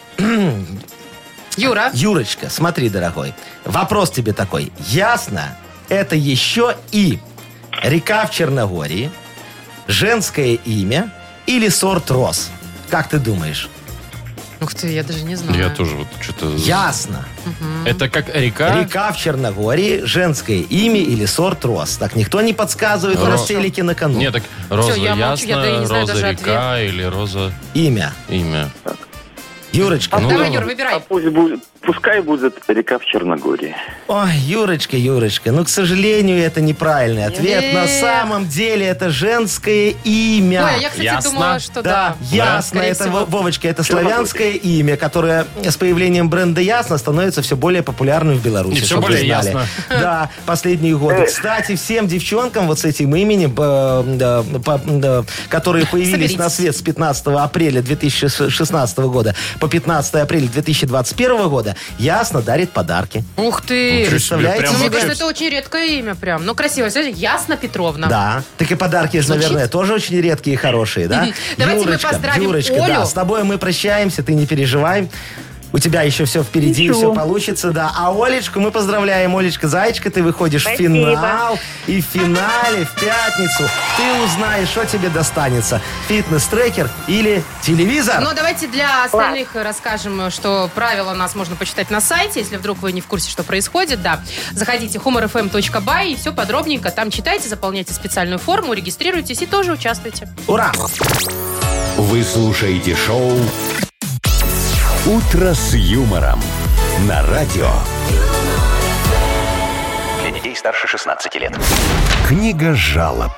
Юра. Юрочка, смотри, дорогой, вопрос тебе такой. Ясно, это еще и река в Черногории, женское имя или сорт роз? Как ты думаешь? Ух ты, я даже не знаю. Я тоже вот что-то... Ясно. Это как река? Река в Черногории, женское имя или сорт роз. Так никто не подсказывает в Ро- растелике на кону. Нет, так роза я молчу, я, да, и ясно, не знаю роза даже река или роза Имя. имя. Юрочка. Ну, Давай, да. Юр, А выбирай. пусть будет, пускай будет река в Черногории. Ой, Юрочка, Юрочка, ну, к сожалению, это неправильный ответ. Эх. На самом деле это женское имя. Ой, я, кстати, Ясно. думала, что Да, да. ясно. Скорее Это, всего. Во- Вовочка, это славянское имя, которое с появлением бренда Ясно становится все более популярным в Беларуси. И всё чтоб вы более знали. ясно. Да, последние годы. Кстати, всем девчонкам вот с этим именем, э, да, по- да, которые появились Соберитесь. на свет с пятнадцатого апреля две тысячи шестнадцатого года по пятнадцатое апреля две тысячи двадцать первого года, Ясно дарит подарки. Ух ты. Ничего себе, Представляете прям Ну, мне себе? вообще- кажется, это очень редкое имя прям. Ну, красиво. Смотрите, Ясна Петровна. Да. Так и подарки же, Звучит. наверное, тоже очень редкие и хорошие, да? Мгм. Давайте мы Юрочка, поздравим Юрочка, Олю. да, с тобой мы прощаемся, ты не переживай. У тебя еще все впереди, Ничего. все получится, да. А Олечку мы поздравляем. Олечка, зайчка, ты выходишь Спасибо. в финал. И в финале, в пятницу, ты узнаешь, что тебе достанется. Фитнес-трекер или телевизор. Но давайте для остальных расскажем, что правила у нас можно почитать на сайте, если вдруг вы не в курсе, что происходит. Да, заходите humor эф эм точка бай и все подробненько там читайте, заполняйте специальную форму, регистрируйтесь и тоже участвуйте. Ура! Вы слушаете шоу «Утро с юмором» на радио. Для детей старше шестнадцати лет. Книга жалоб.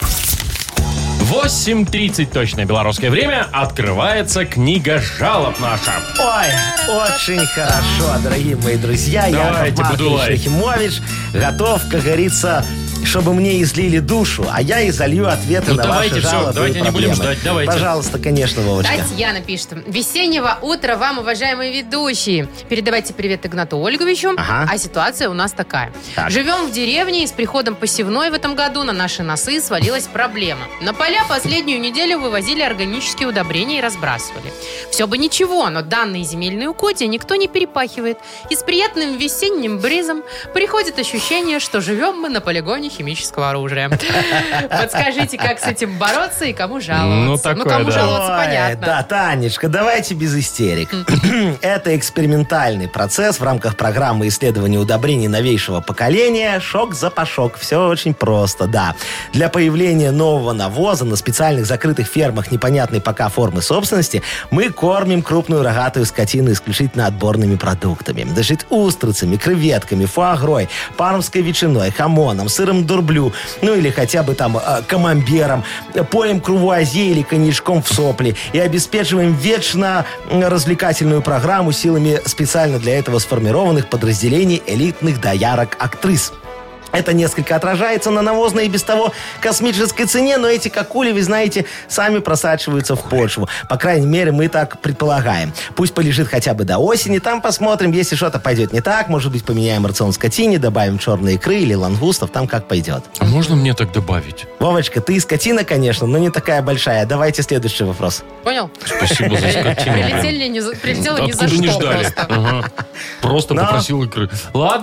восемь тридцать точное белорусское время. Открывается книга жалоб наша. Ой, очень хорошо, дорогие мои друзья. Давайте, Яков Будулай. Маркович Ефимович готов, как говорится, чтобы мне излили душу, а я изолью ответы Ну, на давайте, ваши всё, жалобы давайте и не будем проблемы. ждать, давайте. Пожалуйста, конечно, Вовочка. Татьяна пишет. Весеннего утра вам, уважаемые ведущие. Передавайте привет Игнату Ольговичу. Ага. А ситуация у нас такая. Так. Живем в деревне, и с приходом посевной в этом году на наши носы свалилась проблема. На поля последнюю неделю вывозили органические удобрения и разбрасывали. Все бы ничего, но данные земельные угодья никто не перепахивает. И с приятным весенним бризом приходит ощущение, что живем мы на полигоне химического оружия. Подскажите, как с этим бороться и кому жаловаться? Ну, такое, кому да. жаловаться, Ой, понятно. Да, Танечка, давайте без истерик. Это экспериментальный процесс в рамках программы исследования удобрений новейшего поколения «Шок-запашок». Все очень просто, да. Для появления нового навоза на специальных закрытых фермах непонятной пока формы собственности мы кормим крупную рогатую скотину исключительно отборными продуктами. Значит, устрицами, креветками, фуагрой, пармской ветчиной, хамоном, сыром дурблю, ну или хотя бы там э, камамбером, поем крувуазье или коньячком в сопли и обеспечиваем вечно м, развлекательную программу силами специально для этого сформированных подразделений элитных доярок-актрис. Это несколько отражается на навозной и без того космической цене, но эти какули, вы знаете, сами просачиваются в почву. По крайней мере, мы так предполагаем. Пусть полежит хотя бы до осени, там посмотрим, если что-то пойдет не так, может быть, поменяем рацион скотине, добавим черные икры или лангустов, там как пойдет. А можно мне так добавить? Вовочка, ты скотина, конечно, но не такая большая. Давайте следующий вопрос. Понял? Спасибо за скотину. Прилетели не за, прилетела не за Откуда что не ждали. просто. Ага. Просто Да. попросил икры. Ладно,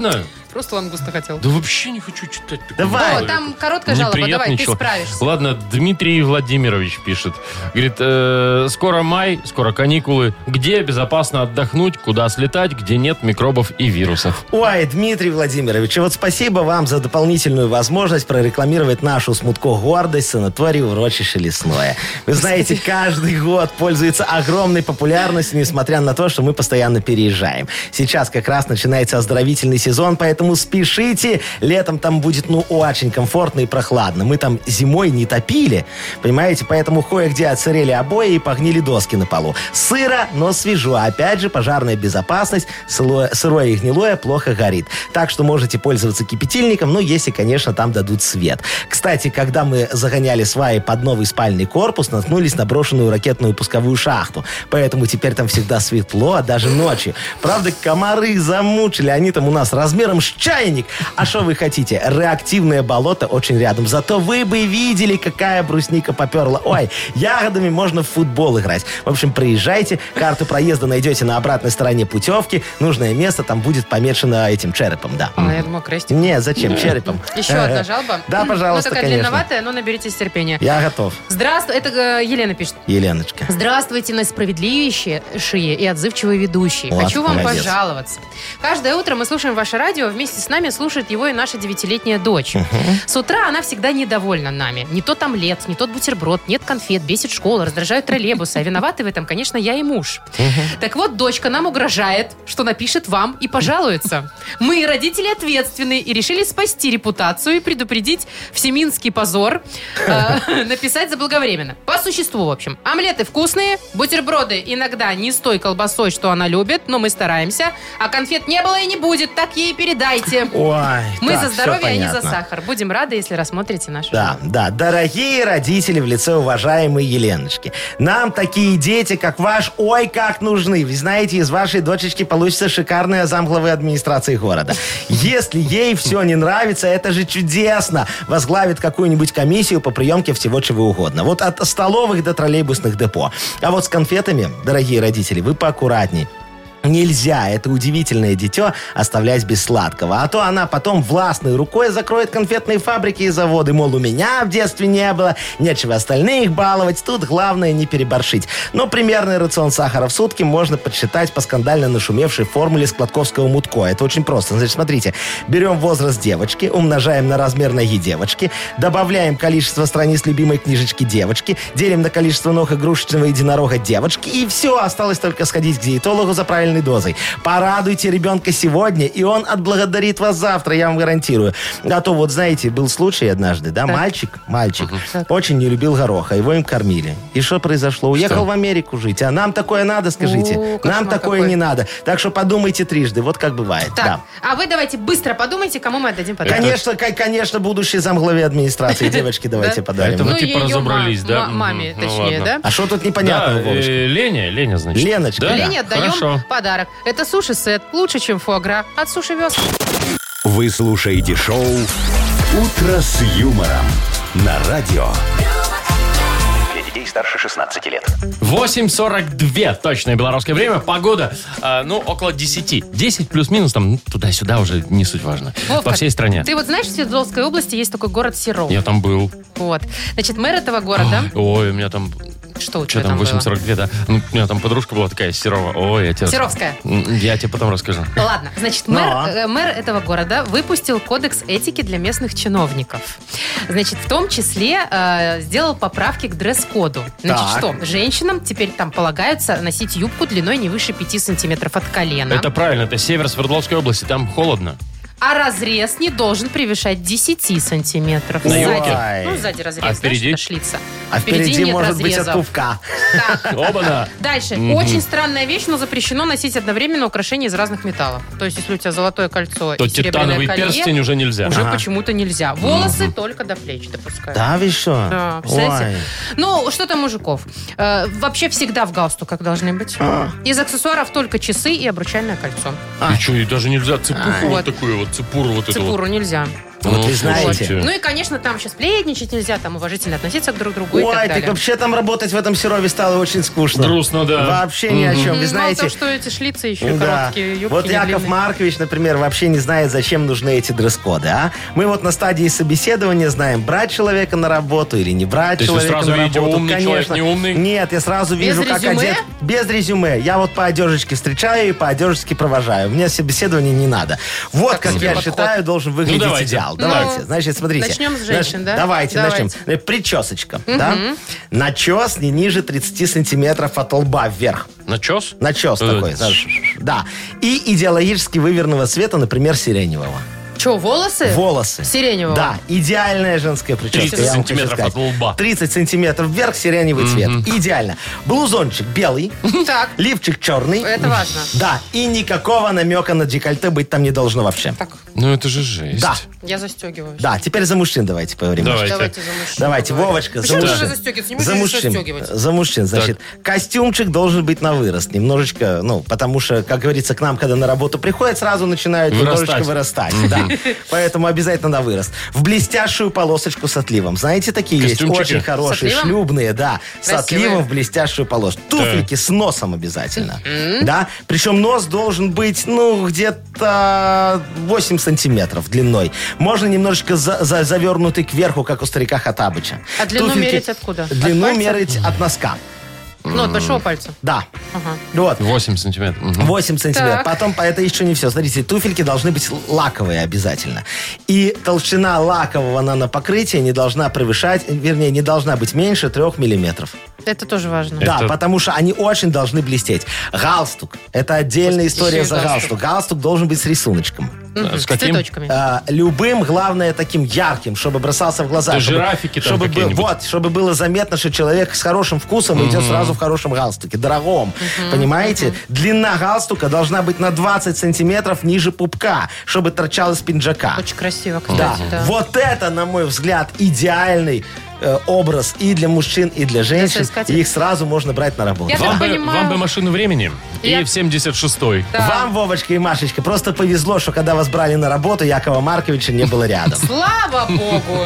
Просто лангуста хотел. Да вообще не хочу читать. Давай. О, там короткая жалоба, давай, ты справишься. Ладно, Дмитрий Владимирович пишет. Говорит, э, скоро май, скоро каникулы. Где безопасно отдохнуть, куда слетать, где нет микробов и вирусов? Ой, Дмитрий Владимирович, вот спасибо вам за дополнительную возможность прорекламировать нашу с Мутко гордость санаторий «Урочище Лесное». Вы знаете, каждый год пользуется огромной популярностью, несмотря на то, что мы постоянно переезжаем. Сейчас как раз начинается оздоровительный сезон, поэтому спешите. Летом там будет, ну, очень комфортно и прохладно. Мы там зимой не топили, понимаете? Поэтому кое-где отсырели обои и погнили доски на полу. Сыро, но свежо. Опять же, пожарная безопасность. Сырое, сырое и гнилое плохо горит. Так что можете пользоваться кипятильником, ну, если, конечно, там дадут свет. Кстати, когда мы загоняли сваи под новый спальный корпус, наткнулись на брошенную ракетную пусковую шахту. Поэтому теперь там всегда светло, даже ночью. Правда, комары замучили. Они там у нас размером с чайник. А что вы хотите? Реактивное болото очень рядом. Зато вы бы видели, какая брусника поперла. Ой, ягодами можно в футбол играть. В общем, приезжайте. Карту проезда найдете на обратной стороне путевки. Нужное место там будет помечено этим черепом, да. А, я думала, крестик. Не, зачем? Черепом. Еще одна жалоба? Да, пожалуйста, Ну, такая конечно. длинноватая, но наберитесь терпения. Я готов. Здравствуй, это э, Елена пишет. Еленочка. Здравствуйте, насправедливейшие и отзывчивые ведущие. Вот, Хочу вам молодец. пожаловаться. Каждое утро мы слушаем ваше радио, вместе с нами слушает его и наша девятилетняя дочь. С утра она всегда недовольна нами. Не тот омлет, не тот бутерброд, нет конфет, бесит школа, раздражают троллейбусы. А виноваты в этом, конечно, я и муж. Так вот, дочка нам угрожает, что напишет вам и пожалуется. Мы, родители, ответственны и решили спасти репутацию и предупредить всеминский позор, э, написать заблаговременно. По существу, в общем. Омлеты вкусные, бутерброды иногда не с той колбасой, что она любит, но мы стараемся. А конфет не было и не будет, так ей передайте. Ой, Мы так, за здоровье, всё а не за понятно. сахар. Будем рады, если рассмотрите нашу Да, жалобу. да, дорогие родители в лице уважаемой Еленочки. Нам такие дети, как ваш, ой, как нужны. Вы знаете, из вашей дочечки получится шикарная замглавы администрации города. Если ей все не нравится, это же чудесно. Возглавит какую-нибудь комиссию по приемке всего чего угодно. Вот от столовых до троллейбусных депо. А вот с конфетами, дорогие родители, вы поаккуратней. Нельзя это удивительное дитё оставлять без сладкого. А то она потом властной рукой закроет конфетные фабрики и заводы. Мол, у меня в детстве не было, нечего остальных баловать. Тут главное не переборщить. Но примерный рацион сахара в сутки можно подсчитать по скандально нашумевшей формуле складковского Мутко. Это очень просто. Значит, смотрите. Берем возраст девочки, умножаем на размер ноги девочки, добавляем количество страниц любимой книжечки девочки, делим на количество ног игрушечного единорога девочки, и все. Осталось только сходить к диетологу за правильный дозой. Порадуйте ребенка сегодня, и он отблагодарит вас завтра, я вам гарантирую. А то вот, знаете, был случай однажды, да, Так. мальчик, мальчик, Так. очень не любил гороха, его им кормили. И что произошло? Уехал в Америку жить. А нам такое надо, скажите? О, кошмар Нам такое какой. не надо. Так что подумайте трижды, вот как бывает. Так, Да. а вы давайте быстро подумайте, кому мы отдадим подарок. Конечно, ка- конечно, будущий замглаве администрации. Девочки, давайте Да? подарим. Это вы Ну, типа её разобрались, ма- да? ма- маме, Мгм. Ну, точнее, ладно. да? А что тут Да, непонятного, Вовочка? э, Леня, Леня, значит. Леночка, Да? да. Лене отдаем Хорошо. подарок. Это суши-сет. Лучше, чем фуагра. От Суши Веск. Вы слушаете шоу «Утро с юмором» на радио. Для детей старше шестнадцати лет. восемь сорок два точное белорусское время. Погода, э, ну, около десяти. десять плюс-минус, там, ну, туда-сюда уже не суть важно. Вовка, По всей стране. Ты вот знаешь, в Свердловской области есть такой город Серов. Я там был. Вот. Значит, мэр этого города... Ой, у меня там... Что у Что тебя там, там было? восемь сорок два, да? Ну, у меня там подружка была такая, Серова. Ой, я тебе... Серовская. М, Я тебе потом расскажу. Ладно, значит, мэр, Но. э, мэр этого города выпустил кодекс этики для местных чиновников. Значит, в том числе э, сделал поправки к дресс-коду. Значит, Так. что? Женщинам теперь там полагаются носить юбку длиной не выше пяти сантиметров от колена. Это правильно, это север Свердловской области, там холодно. А разрез не должен превышать десяти сантиметров. На Сзади. юбке? Ну, сзади разрез, А знаешь, впереди? это шлица. А впереди нет может быть от разрезов. пупка. Так, Оба-на! дальше. Очень странная вещь, но запрещено носить одновременно украшения из разных металлов. То есть, если у тебя золотое кольцо То и серебряное титановый колье, перстень уже нельзя. уже Ага. почему-то нельзя. Волосы только до плеч допускают. Да, вы что? Да, представляете? Ой. Ну, что там мужиков? Э, вообще всегда в галстуках должны быть. А. Из аксессуаров только часы и обручальное кольцо. И что, и даже нельзя цепуху Вот. вот такую вот, цепуру вот эту вот. Цепуру нельзя. Вот вы знаете. слушайте. Ну и, конечно, там еще сплетничать нельзя, там уважительно относиться к друг другу и Ой, так так далее. вообще там работать в этом Серове стало очень скучно. Грустно, да. Вообще ни о чем. Вы М, Мало знаете, того, что эти шлицы еще да. короткие, юбки Вот не Яков длинные. Маркович, например, вообще не знает, зачем нужны эти дресс-коды, а? Мы вот на стадии собеседования знаем, брать человека на работу или не брать То есть вы человека сразу на видите, работу. умный человек, Конечно. не умный? Нет, я сразу вижу, как резюме? одет. Без резюме. Я вот по одежечке встречаю и по одежечке провожаю. Мне собеседование не надо. Вот как себе я подход. считаю, должен выглядеть Ну, давайте. идеал. Ну, Давайте. Значит, смотрите. начнем с женщин, Значит, да? Давайте, Давайте. начнем. Э, Причесочка. Да? Начес не ниже тридцати сантиметров от лба вверх. Начес? Начес Э, такой. знаешь. Да. И идеологически выверенного цвета, например, сиреневого. Че, волосы? Волосы. Сиреневого? Да, идеальная женская прическа. тридцать я вам хочу сантиметров сказать. от лба. тридцать сантиметров вверх, сиреневый цвет. Идеально. Блузончик белый, Так, лифчик черный. это важно. Да, и никакого намека на декольте быть там не должно вообще. Так, Ну это же жесть. Да, я застегиваюсь. да, теперь за мужчин давайте поговорим. Давайте. Давайте за мужчин. Давайте, поговорим. Вовочка, за Почему мужчин. же застегиваться? Не За можете мужчин. застегивать. За мужчин, значит. Костюмчик должен быть на вырост. Немножечко, ну, потому что, как говорится, к нам, когда на работу приходят, сразу начинают Вырастать. немножечко вырастать. Да. Поэтому обязательно на вырост. В блестящую полосочку с отливом. Знаете, такие есть? Костюмчики? Очень хорошие, С отливом? шлюбные, да. С Красивые. отливом в блестящую полоску. Туфельки с носом обязательно. Да. Причем нос должен быть, ну, где-то восемь сантиметров длиной. Можно немножечко за- за- завернутый кверху, как у старика Хаттабыча. А длину Туфельки- мерить откуда? От Длину пальца? мерить от носка. Ну, от большого пальца. Да. Ага. Вот. восемь сантиметров. Мгм. восемь сантиметров. Так. Потом, по- это еще не все. Смотрите, туфельки должны быть лаковые обязательно. И толщина лакового нанопокрытия не должна превышать, вернее, не должна быть меньше трех миллиметров. Это тоже важно. Да, Это- потому что они очень должны блестеть. Галстук. Это отдельная история Еще и за галстук. галстук. Галстук должен быть с рисуночком. Мгм, С С каким? цветочками. А, любым, главное, таким ярким, чтобы бросался в глаза. То чтобы- жирафики там чтобы был, какие-нибудь. Вот, чтобы было заметно, что человек с хорошим вкусом идет сразу в хорошем галстуке, дорогом. Понимаете? Длина галстука должна быть на двадцать сантиметров ниже пупка, чтобы торчал из пинджака. Очень красиво, Да. кстати. Да. Вот это, на мой взгляд, идеальный э, образ и для мужчин, и для женщин. соискателей. И их сразу можно брать на работу. Я Вам так бы, понимаю- вам бы машину времени Я- и в семьдесят шестой. Да. Вам, Вовочка и Машечка, просто повезло, что когда вас брали на работу, Якова Марковича не было рядом. Слава богу!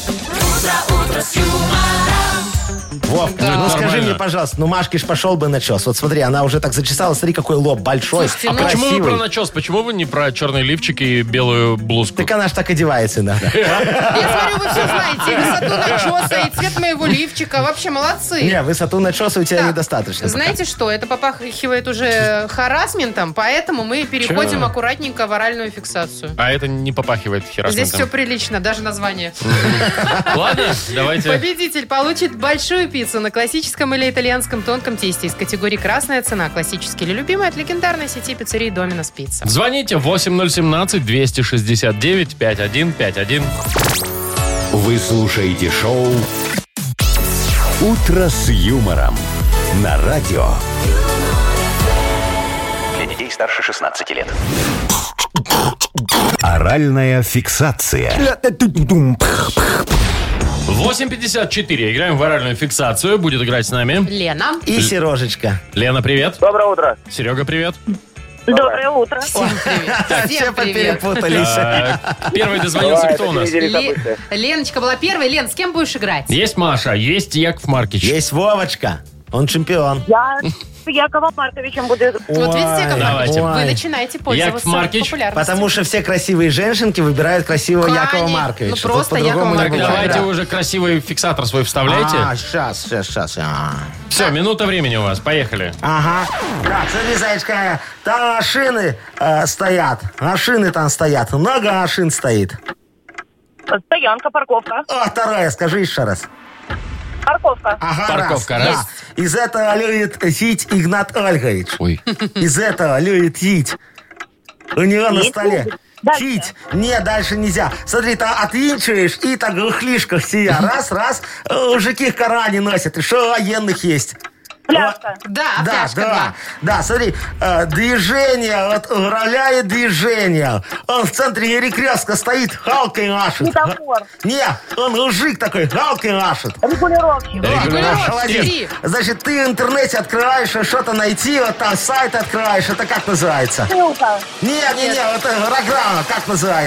Вовка, Да. ну скажи Нормально. мне, пожалуйста, ну Машке ж пошел бы начес. Вот смотри, она уже так зачесала, смотри, какой лоб большой, Слушайте, а ну- Почему вы красивый. про начес? Почему вы не про черный лифчик и белую блузку? Так она ж так одевается иногда. Я смотрю, вы все знаете. И высоту начеса, и цвет моего лифчика. Вообще молодцы. Не, высоту начеса у тебя Так, недостаточно. пока. Знаете что? Это попахивает уже харассментом, поэтому мы переходим Чё? аккуратненько в оральную фиксацию. А это не попахивает Здесь херасментом. все прилично, даже название. Ладно, давайте. Победитель получит большую пиццу на классическом или итальянском тонком тесте из категории «Красная цена». Классический или любимый от легендарной сети пиццерий «Доминос Пицца». Звоните восемь ноль семнадцать двести шестьдесят девять пятьдесят один пятьдесят один. Вы слушаете шоу «Утро с юмором» на радио. Для детей старше шестнадцати лет. Оральная фиксация. восемь пятьдесят четыре. Играем в оральную фиксацию. Будет играть с нами Лена. И Сережечка. Лена, привет. Доброе утро. Серега, привет. Доброе утро. Всем привет. Все Всем привет. перепутались. Так, первый дозвонился кто у нас? Ле- Леночка была первой. Лен, с кем будешь играть? Есть Маша, есть Яков Маркич. Есть Вовочка. Он чемпион. Я с Яковом Марковичем буду... Вот видите, Яков давайте. Маркович, вы Ой. начинаете пользоваться Яков Маркич, популярностью. Потому что все красивые женщинки выбирают красивого Конечно. Якова Марковича. Ну, Тут просто по-другому Якова не Так, Марковича. бывает. давайте уже красивый фиксатор свой вставляйте. А, сейчас, сейчас, сейчас. Все, минута времени у вас. Поехали. Ага. Так, смотри, зайчка, там машины э, стоят. Машины там стоят. Много машин стоит. Стоянка, парковка. О, второе, скажи еще раз. Парковка. Ага, Парковка, раз. раз. Да. Из этого любит пить Игнат Ольгович. Ой. Из этого любит пить. У него на Пить столе. любит. Дальше. Пить. Не, дальше нельзя. Смотри, ты отвинчиваешь и так в хлишках сия. Раз, раз. э, Мужики в кармане носят. И что у военных есть? Пляжка. Да, Да, фляжка, да, да. да, смотри, э, движение, вот управляет движение. Он в центре перекрестка стоит, халкой машет. Светофор. Не, он мужик такой, халкой машет. Регулировщик. Да, О, регулировщик. молодец. Смотри. Значит, ты в интернете открываешь, что-то найти, вот там сайт открываешь, это как называется? Ссылка. Не, не, не, вот это программа, как называется?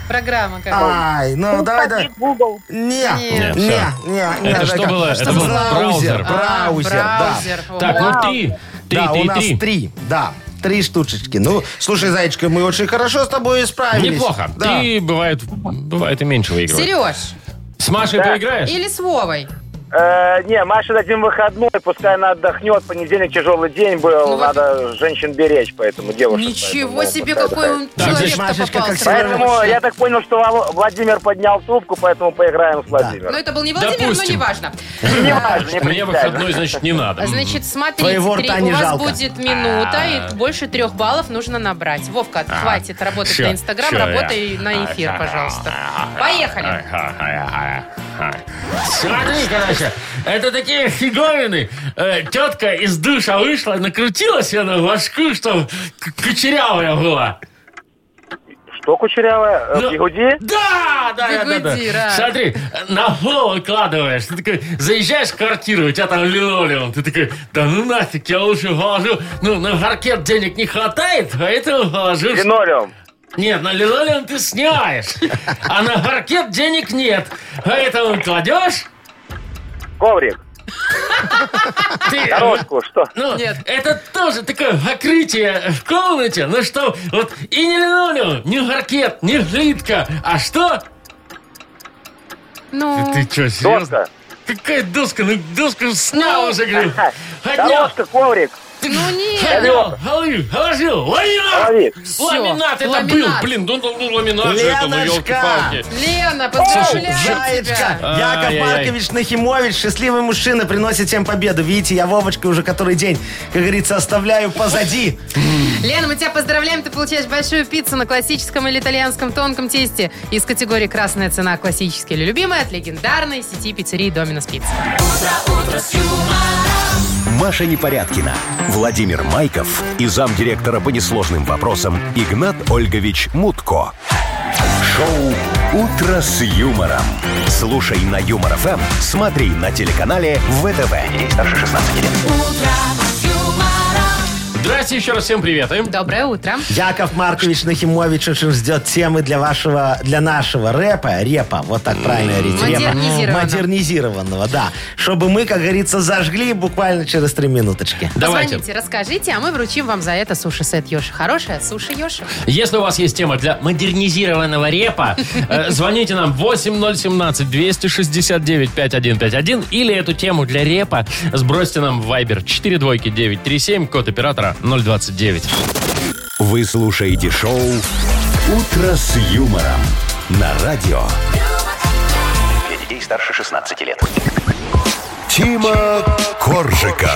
Программа какая? Ай, ну давай, давай. Google. Не, Нет. не, Всё. не, не. Это что Жека. было? Это Что был было? браузер. А, Браузер, да. браузер. Так, О. ну три. Три, Да, три, у нас три. три, да. Три штучечки. Ну, слушай, Зайчка, мы очень хорошо с тобой справились. Неплохо. Да. Ты, бывает, бывает и меньше выигрываешь. Сереж, С Машей поиграешь? или с Вовой? Э, не, Маше дадим выходной, пускай она отдохнет. Понедельник тяжелый день был, Ну, надо женщин беречь, поэтому девушек. Ничего поэтому себе, пускай какой он отдыхает. Так, здесь человек-то Машечка, как попался. всегда, Поэтому я так понял, что Вол- Владимир поднял трубку, поэтому поиграем с Владимиром. Ну, это был не Владимир, но Допустим. неважно. Не важно, не Мне принципиально. выходной, значит, не надо. Значит, смотрите, Твоего три- рта у не вас жалко. будет минута, и больше трех баллов нужно набрать. Вовка, хватит работать Всё, на Инстаграм, всё, работай я- на эфир, пожалуйста. Поехали. Смотри, короче, это такие фиговины. Э, тетка из душа вышла, накрутила себе на башку, чтобы кучерявая была. Что кучерявая? Ну, В Ягуди? Да, да, да, да, да. Бигуди, да. Смотри, на пол выкладываешь. Ты такой, заезжаешь в квартиру, у тебя там линолеум. Ты такой, да ну нафиг, я лучше положу. Ну, на паркет денег не хватает, поэтому положу. Линолеум. Нет, на линолеум ты сняешь, а на паркет денег нет. Поэтому кладешь, Коврик. ты... Дорожку, что? Ну, Нет. это тоже такое покрытие в комнате, ну что, вот и не линолеум, не паркет, не плитка, а что? Ну, Ты что, серьезно? Доска. Какая доска? Ну, доску снял уже, говорю. Поднял. Дорожка, коврик. ну нет. Поднял, голову, положил. Ламинат! Коврик. Всё, Ламинат это ламинат. был, блин, ну, ну, ну, ламинат же это, ну, Леночка! елки-палки. Лена, поздравляю Зайчка, тебя. Яков Ай-яй-яй. Маркович Нахимович, счастливый мужчина, приносит всем победу. Видите, я Вовочка уже который день, как говорится, оставляю позади. Лена, мы тебя поздравляем. Ты получаешь большую пиццу на классическом или итальянском тонком тесте из категории «Красная цена», классический или любимый, от легендарной сети пиццерий «Доминос Пицца». Маша Непорядкина, Владимир Майков и замдиректора по несложным вопросам Игнат Ольгович Мутко. Шоу «Утро с юмором». Слушай на Юмор ФМ, смотри на телеканале ВТВ. Ей старше шестнадцати лет. Здрасте, еще раз всем привет. И Доброе утро. Яков Маркович Нахимович очень ждет темы для вашего, для нашего рэпа, репа, вот так правильно говорить. репа. Модернизированного. Модернизированного, да. Чтобы мы, как говорится, зажгли буквально через три минуточки. давайте. Позвоните, расскажите, а мы вручим вам за это суши-сет Йоши. Хорошая суши Йоши. Если у вас есть тема для модернизированного репа, э, звоните нам восемь ноль семнадцать двести шестьдесят девять пятьдесят один пятьдесят один или эту тему для репа сбросьте нам в Viber четыре двойки девять три семь, код оператора ноль двадцать девять. Вы слушаете шоу «Утро с юмором» на радио. Для детей старше шестнадцати лет. Тима Коржика.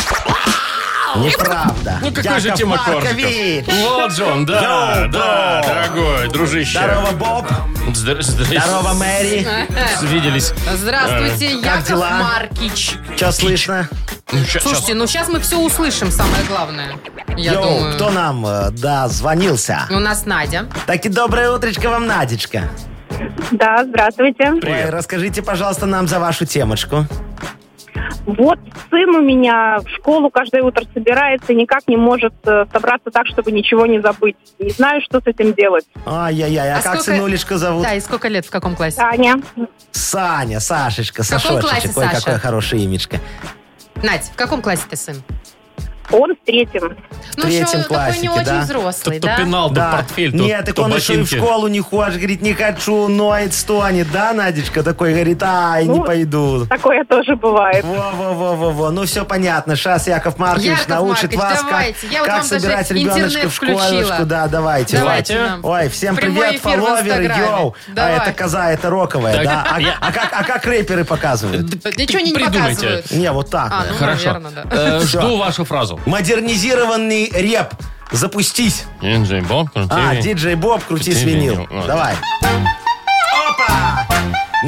Неправда. Ну какой же Яков Тима Маркович. Коржиков? Вот же он, да, Йоу, да, бро. дорогой, дружище. Здорово, Боб. Здор- здор- Здорово, Мэри. Виделись. Здравствуйте, Как Яков дела? Маркич. Что слышно? Ну, ща- Слушайте, щас. ну сейчас мы все услышим, самое главное. Я Йоу, думаю. кто нам, э, да, звонился? У нас Надя. Так и доброе утречко вам, Надечка. Да, здравствуйте. Ой, расскажите, пожалуйста, нам за вашу темочку. Вот сын у меня в школу каждое утро собирается и никак не может э, собраться так, чтобы ничего не забыть. Не знаю, что с этим делать. Ай-яй-яй, а, А как сколько- сынулечка зовут? Да, и сколько лет, в каком классе? Таня. Саня, Сашечка, каком классе Сашочечек. Ой, Саша? какое хорошее имечко. Надь, в каком классе ты сын? Он в третьем. Ну, третьем еще такой классике, не очень да? взрослый, То да? пенал, то портфель, то Нет, так то он еще и в ботинки. школу не хочет. Говорит, не хочу, ноет, стонет. Да, Надечка? Такой говорит, ай, не Ну, пойду. Такое тоже бывает. Во-во-во-во-во. Ну, все понятно. Сейчас Яков Маркович Яков научит Маркович, вас, как, давайте. Я вот как вам даже собирать ребеночка интернет в школочку. включила. Да, давайте. Давайте Давайте. нам. Ой, всем Прямой привет, эфир в фолловеры, Инстаграме. йоу. А Давай. это коза, это роковая, Так, да? А, я- а как, а как рэперы показывают? Ничего не, не Придумайте. показывают. Не, вот так. А, вот. ну, Хорошо. наверное, да. Э, Всё. жду вашу фразу. Модернизированный реп. Запустись. Диджей Боб, крути. А, диджей Боб, крути Крути свинил. свинил. Ладно. Давай. Опа!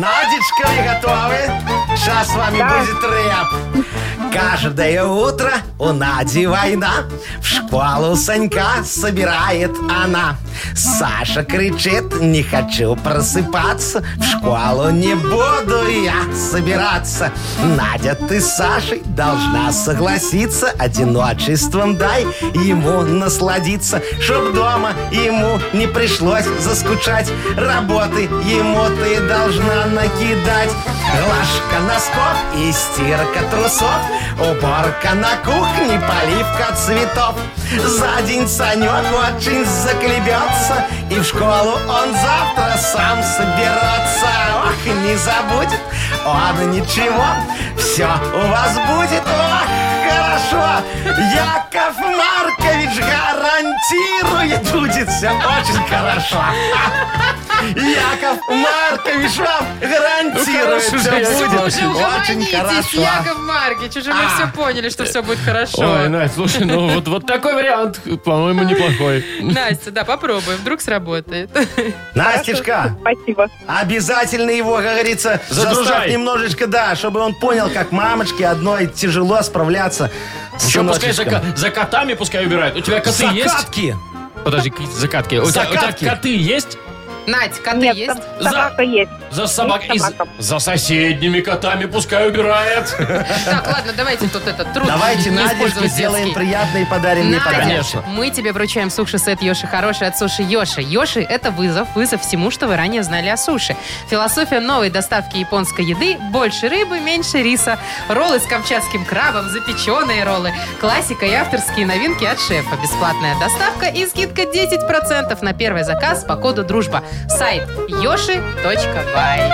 Надечка, вы готовы? Сейчас с вами будет рэп. Каждое утро у Нади война. В школу Санька собирает она. Саша кричит: не хочу просыпаться. В школу не буду я собираться. Надя, ты с Сашей должна согласиться. Одиночеством дай ему насладиться, чтоб дома ему не пришлось заскучать. Работы ему ты должна накидать. Глажка носков и стирка трусов, уборка на кухне, поливка цветов. За день Санек очень заколебется, и в школу он завтра сам соберется. Ох, не забудет он ничего, все у вас будет, ох, хорошо. Яков Маркович гарантирует, будет все очень хорошо. Яков Маркович вам гарантирует, Ну, все хорошо, будет Уже очень угомонитесь, хорошо. Яков Маркович, уже мы А. все поняли, что все будет хорошо. Ой, Настя, слушай, ну вот, вот такой вариант, по-моему, неплохой. Настя, да, попробуем, вдруг сработает. Настюшка, Спасибо. обязательно его, как говорится, Загружай. заставь немножечко, да, чтобы он понял, как мамочке одной тяжело справляться с Еще пускай за, сыночечком. ко- за котами пускай убирают. У тебя коты есть? Закатки. Подожди, какие закатки. У тебя, у тебя Закатки. коты есть? Надь, коты Нет, есть? соб- собака есть. За собак... и за- собака. за соседними котами пускай убирает. Так, ладно, давайте тут этот труд Давайте не Надечке использовать сделаем детский. приятное и подарим ей Надя, подарок. Конечно. мы тебе вручаем суши-сет Йоши Хороший от Суши Йоши. Йоши – это вызов, вызов всему, что вы ранее знали о суши. Философия новой доставки японской еды – больше рыбы, меньше риса. Роллы с камчатским крабом, запеченные роллы. Классика и авторские новинки от шефа. Бесплатная доставка и скидка десять процентов на первый заказ по коду «Дружба». Сайт йоши точка бай.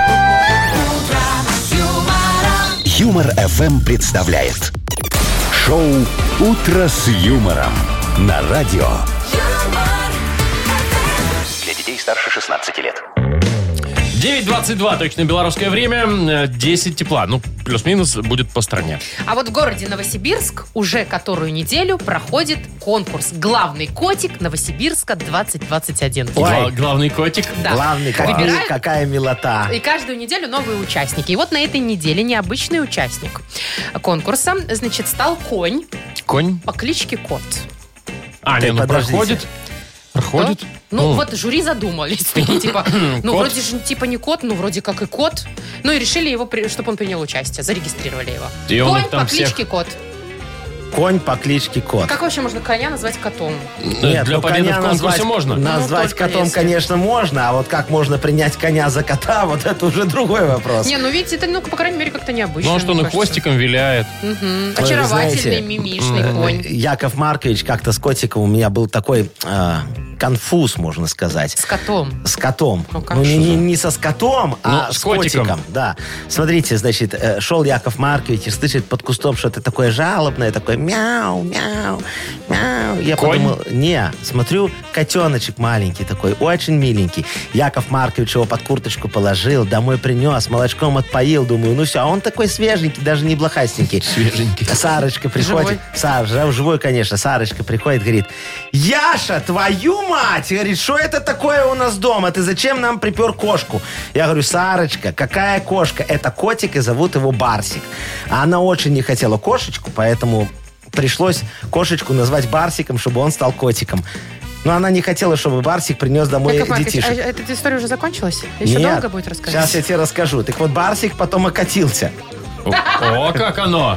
Юмор эф эм представляет шоу «Утро с юмором» на радио. Для детей старше шестнадцати лет. девять двадцать два, точно белорусское время, десять тепла. Ну, плюс-минус будет по стране. А вот в городе Новосибирск уже которую неделю проходит конкурс «Главный котик Новосибирска двадцать двадцать один». Ой. Гла- главный котик. Да. Главный, как- Выбирают. какая милота. И каждую неделю новые участники. И вот на этой неделе необычный участник конкурса, значит, стал конь Конь. по кличке Кот. А, Ты не, ну подождите. проходит. Проходит? Да? Ну, вот жюри задумались. Такие, типа, ну, Кот? вроде же, типа, не кот, ну, вроде как и кот. Ну, и решили его, чтобы он принял участие. Зарегистрировали его. И он Конь их там по кличке Кот. Конь по кличке Кот. Как вообще можно коня назвать котом? Нет, Для ну, победы коня в конкурсе назвать, можно. Назвать Ну, только котом, если. конечно, можно, а вот как можно принять коня за кота, вот это уже другой вопрос. Не, ну, видите, это, ну, по крайней мере, как-то необычно. Ну, а что, мне он и кажется. хвостиком виляет. Мгм. Вы Очаровательный, знаете, мимишный э, конь. Яков Маркович как-то с котиком, у меня был такой э, конфуз, можно сказать. С котом. С котом. Ну, как? Ну, не, Что не- не со скотом, а Ну, с, с котиком. котиком. Да. Смотрите, значит, э, шел Яков Маркович и слышит под кустом что-то такое жалобное, такое мяу, мяу, мяу. Я Конь? подумал, не, смотрю, котеночек маленький такой, очень миленький. Яков Маркович его под курточку положил, домой принес, молочком отпоил. Думаю, ну все, а он такой свеженький, даже не блохастенький. Свеженький. Сарочка приходит. Живой? Сара, живой, конечно. Сарочка приходит, говорит, Яша, твою мать! Говорит, что это такое у нас дома? Ты зачем нам припер кошку? Я говорю, Сарочка, какая кошка? Это котик, и зовут его Барсик. А она очень не хотела кошечку, поэтому пришлось кошечку назвать Барсиком, чтобы он стал котиком. Но она не хотела, чтобы Барсик принес домой Яков Маркович, детишек. а эта история уже закончилась? Еще Нет, долго будет рассказывать? Сейчас я тебе расскажу. Так вот, Барсик потом окатился. О, о, как оно.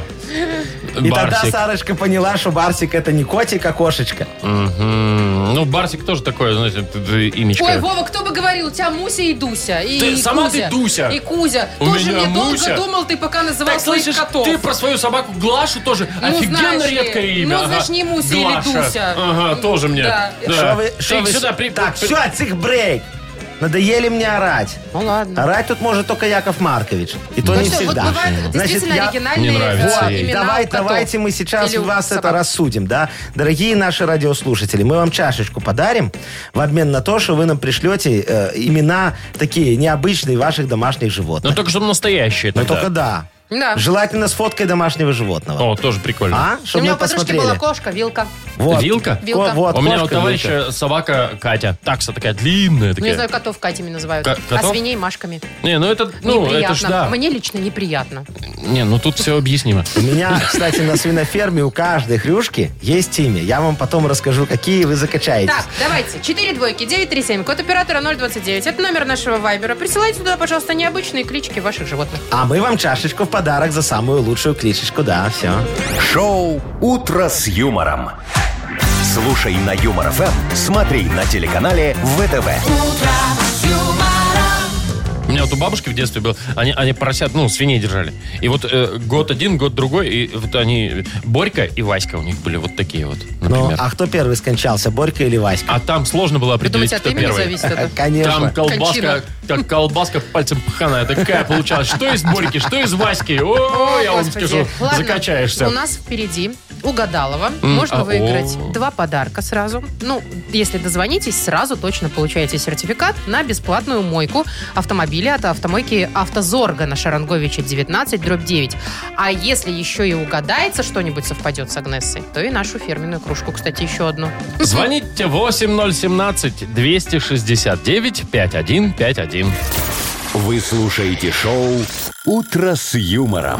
И тогда Барсик. Сарочка поняла, что Барсик это не котик, а кошечка. Мгм. Ну, Барсик тоже такое, знаете, т- т- имечко. Ой, Вова, кто бы говорил, у тебя Муся и Дуся. И Ты- сама Кузя. ты Дуся. И Кузя. У Тоже меня мне Муся. долго думал, ты пока называл Так, своих слышишь, котов. ты про свою собаку Глашу тоже Ну, офигенно знаешь ли, редкое имя. ну, Ага. знаешь, не Муся или Глаша. Дуся. Ага, тоже мне. Да. Шо вы, Ты шо вы- сюда при... Так, при- все, цих-брейк. Надоели мне орать. Ну ладно. Орать тут может только Яков Маркович. И то Ну не что, вот всегда. бывают Значит, действительно я- оригинальные Не нравится э, ей. имена Давай, у котов. давайте мы сейчас Или у вас это собак. рассудим, да? Дорогие наши радиослушатели, мы вам чашечку подарим в обмен на то, что вы нам пришлете э, имена такие необычные ваших домашних Ну, животных. только чтобы настоящие Ну, тогда. только да. Да. Желательно с фоткой домашнего животного. О, тоже прикольно. А? У Чтобы меня мы у подружки посмотрели. была кошка, вилка. Вот. Вилка? Вилка. Ко- вот, У меня у кошка, товарища вилка. собака Катя. Такса такая длинная Ну, такая. я знаю, котов Катями называют. Ко- А котов? свиней Машками. Не, ну это, ну, неприятно. это ж да. Мне лично неприятно. Не, ну тут все объяснимо. У меня, кстати, на свиноферме у каждой хрюшки есть имя. Я вам потом расскажу, какие вы закачаетесь. Так, давайте. Четыре двойки, девять три семь, код оператора ноль двадцать девять. Это номер нашего вайбера. Присылайте туда, пожалуйста, необычные клички ваших животных. А мы вам чашечку в подарок за самую лучшую кличечку. Да, все. Шоу «Утро с юмором». Слушай на Юмор ФМ, смотри на телеканале ВТВ. У меня вот у бабушки в детстве был, они, они поросят, ну, свиней держали. И вот э, год один, год другой, и вот они, Борька и Васька у них были вот такие вот, Ну, например. а кто первый скончался, Борька или Васька? А там сложно было Вы определить, думаете, от кто имени первый. зависит это? Конечно. Там колбаска, Кончина. как колбаска пальцем пханая такая получалась. Что из Борьки, что из Васьки? О, я вам Господи. скажу, Ладно, закачаешься. у нас впереди угадалова. М, Можно а, выиграть о. два подарка сразу. Ну, если дозвонитесь, сразу точно получаете сертификат на бесплатную мойку автомобиля от автомойки «Автозорга» на Шаранговича девятнадцать, дробь девять. А если еще и угадается что-нибудь совпадет с Агнессой, то и нашу фирменную кружку, кстати, еще одну. Звоните восемь ноль семнадцать двести шестьдесят девять пятьдесят один пятьдесят один. Вы слушаете шоу «Утро с юмором».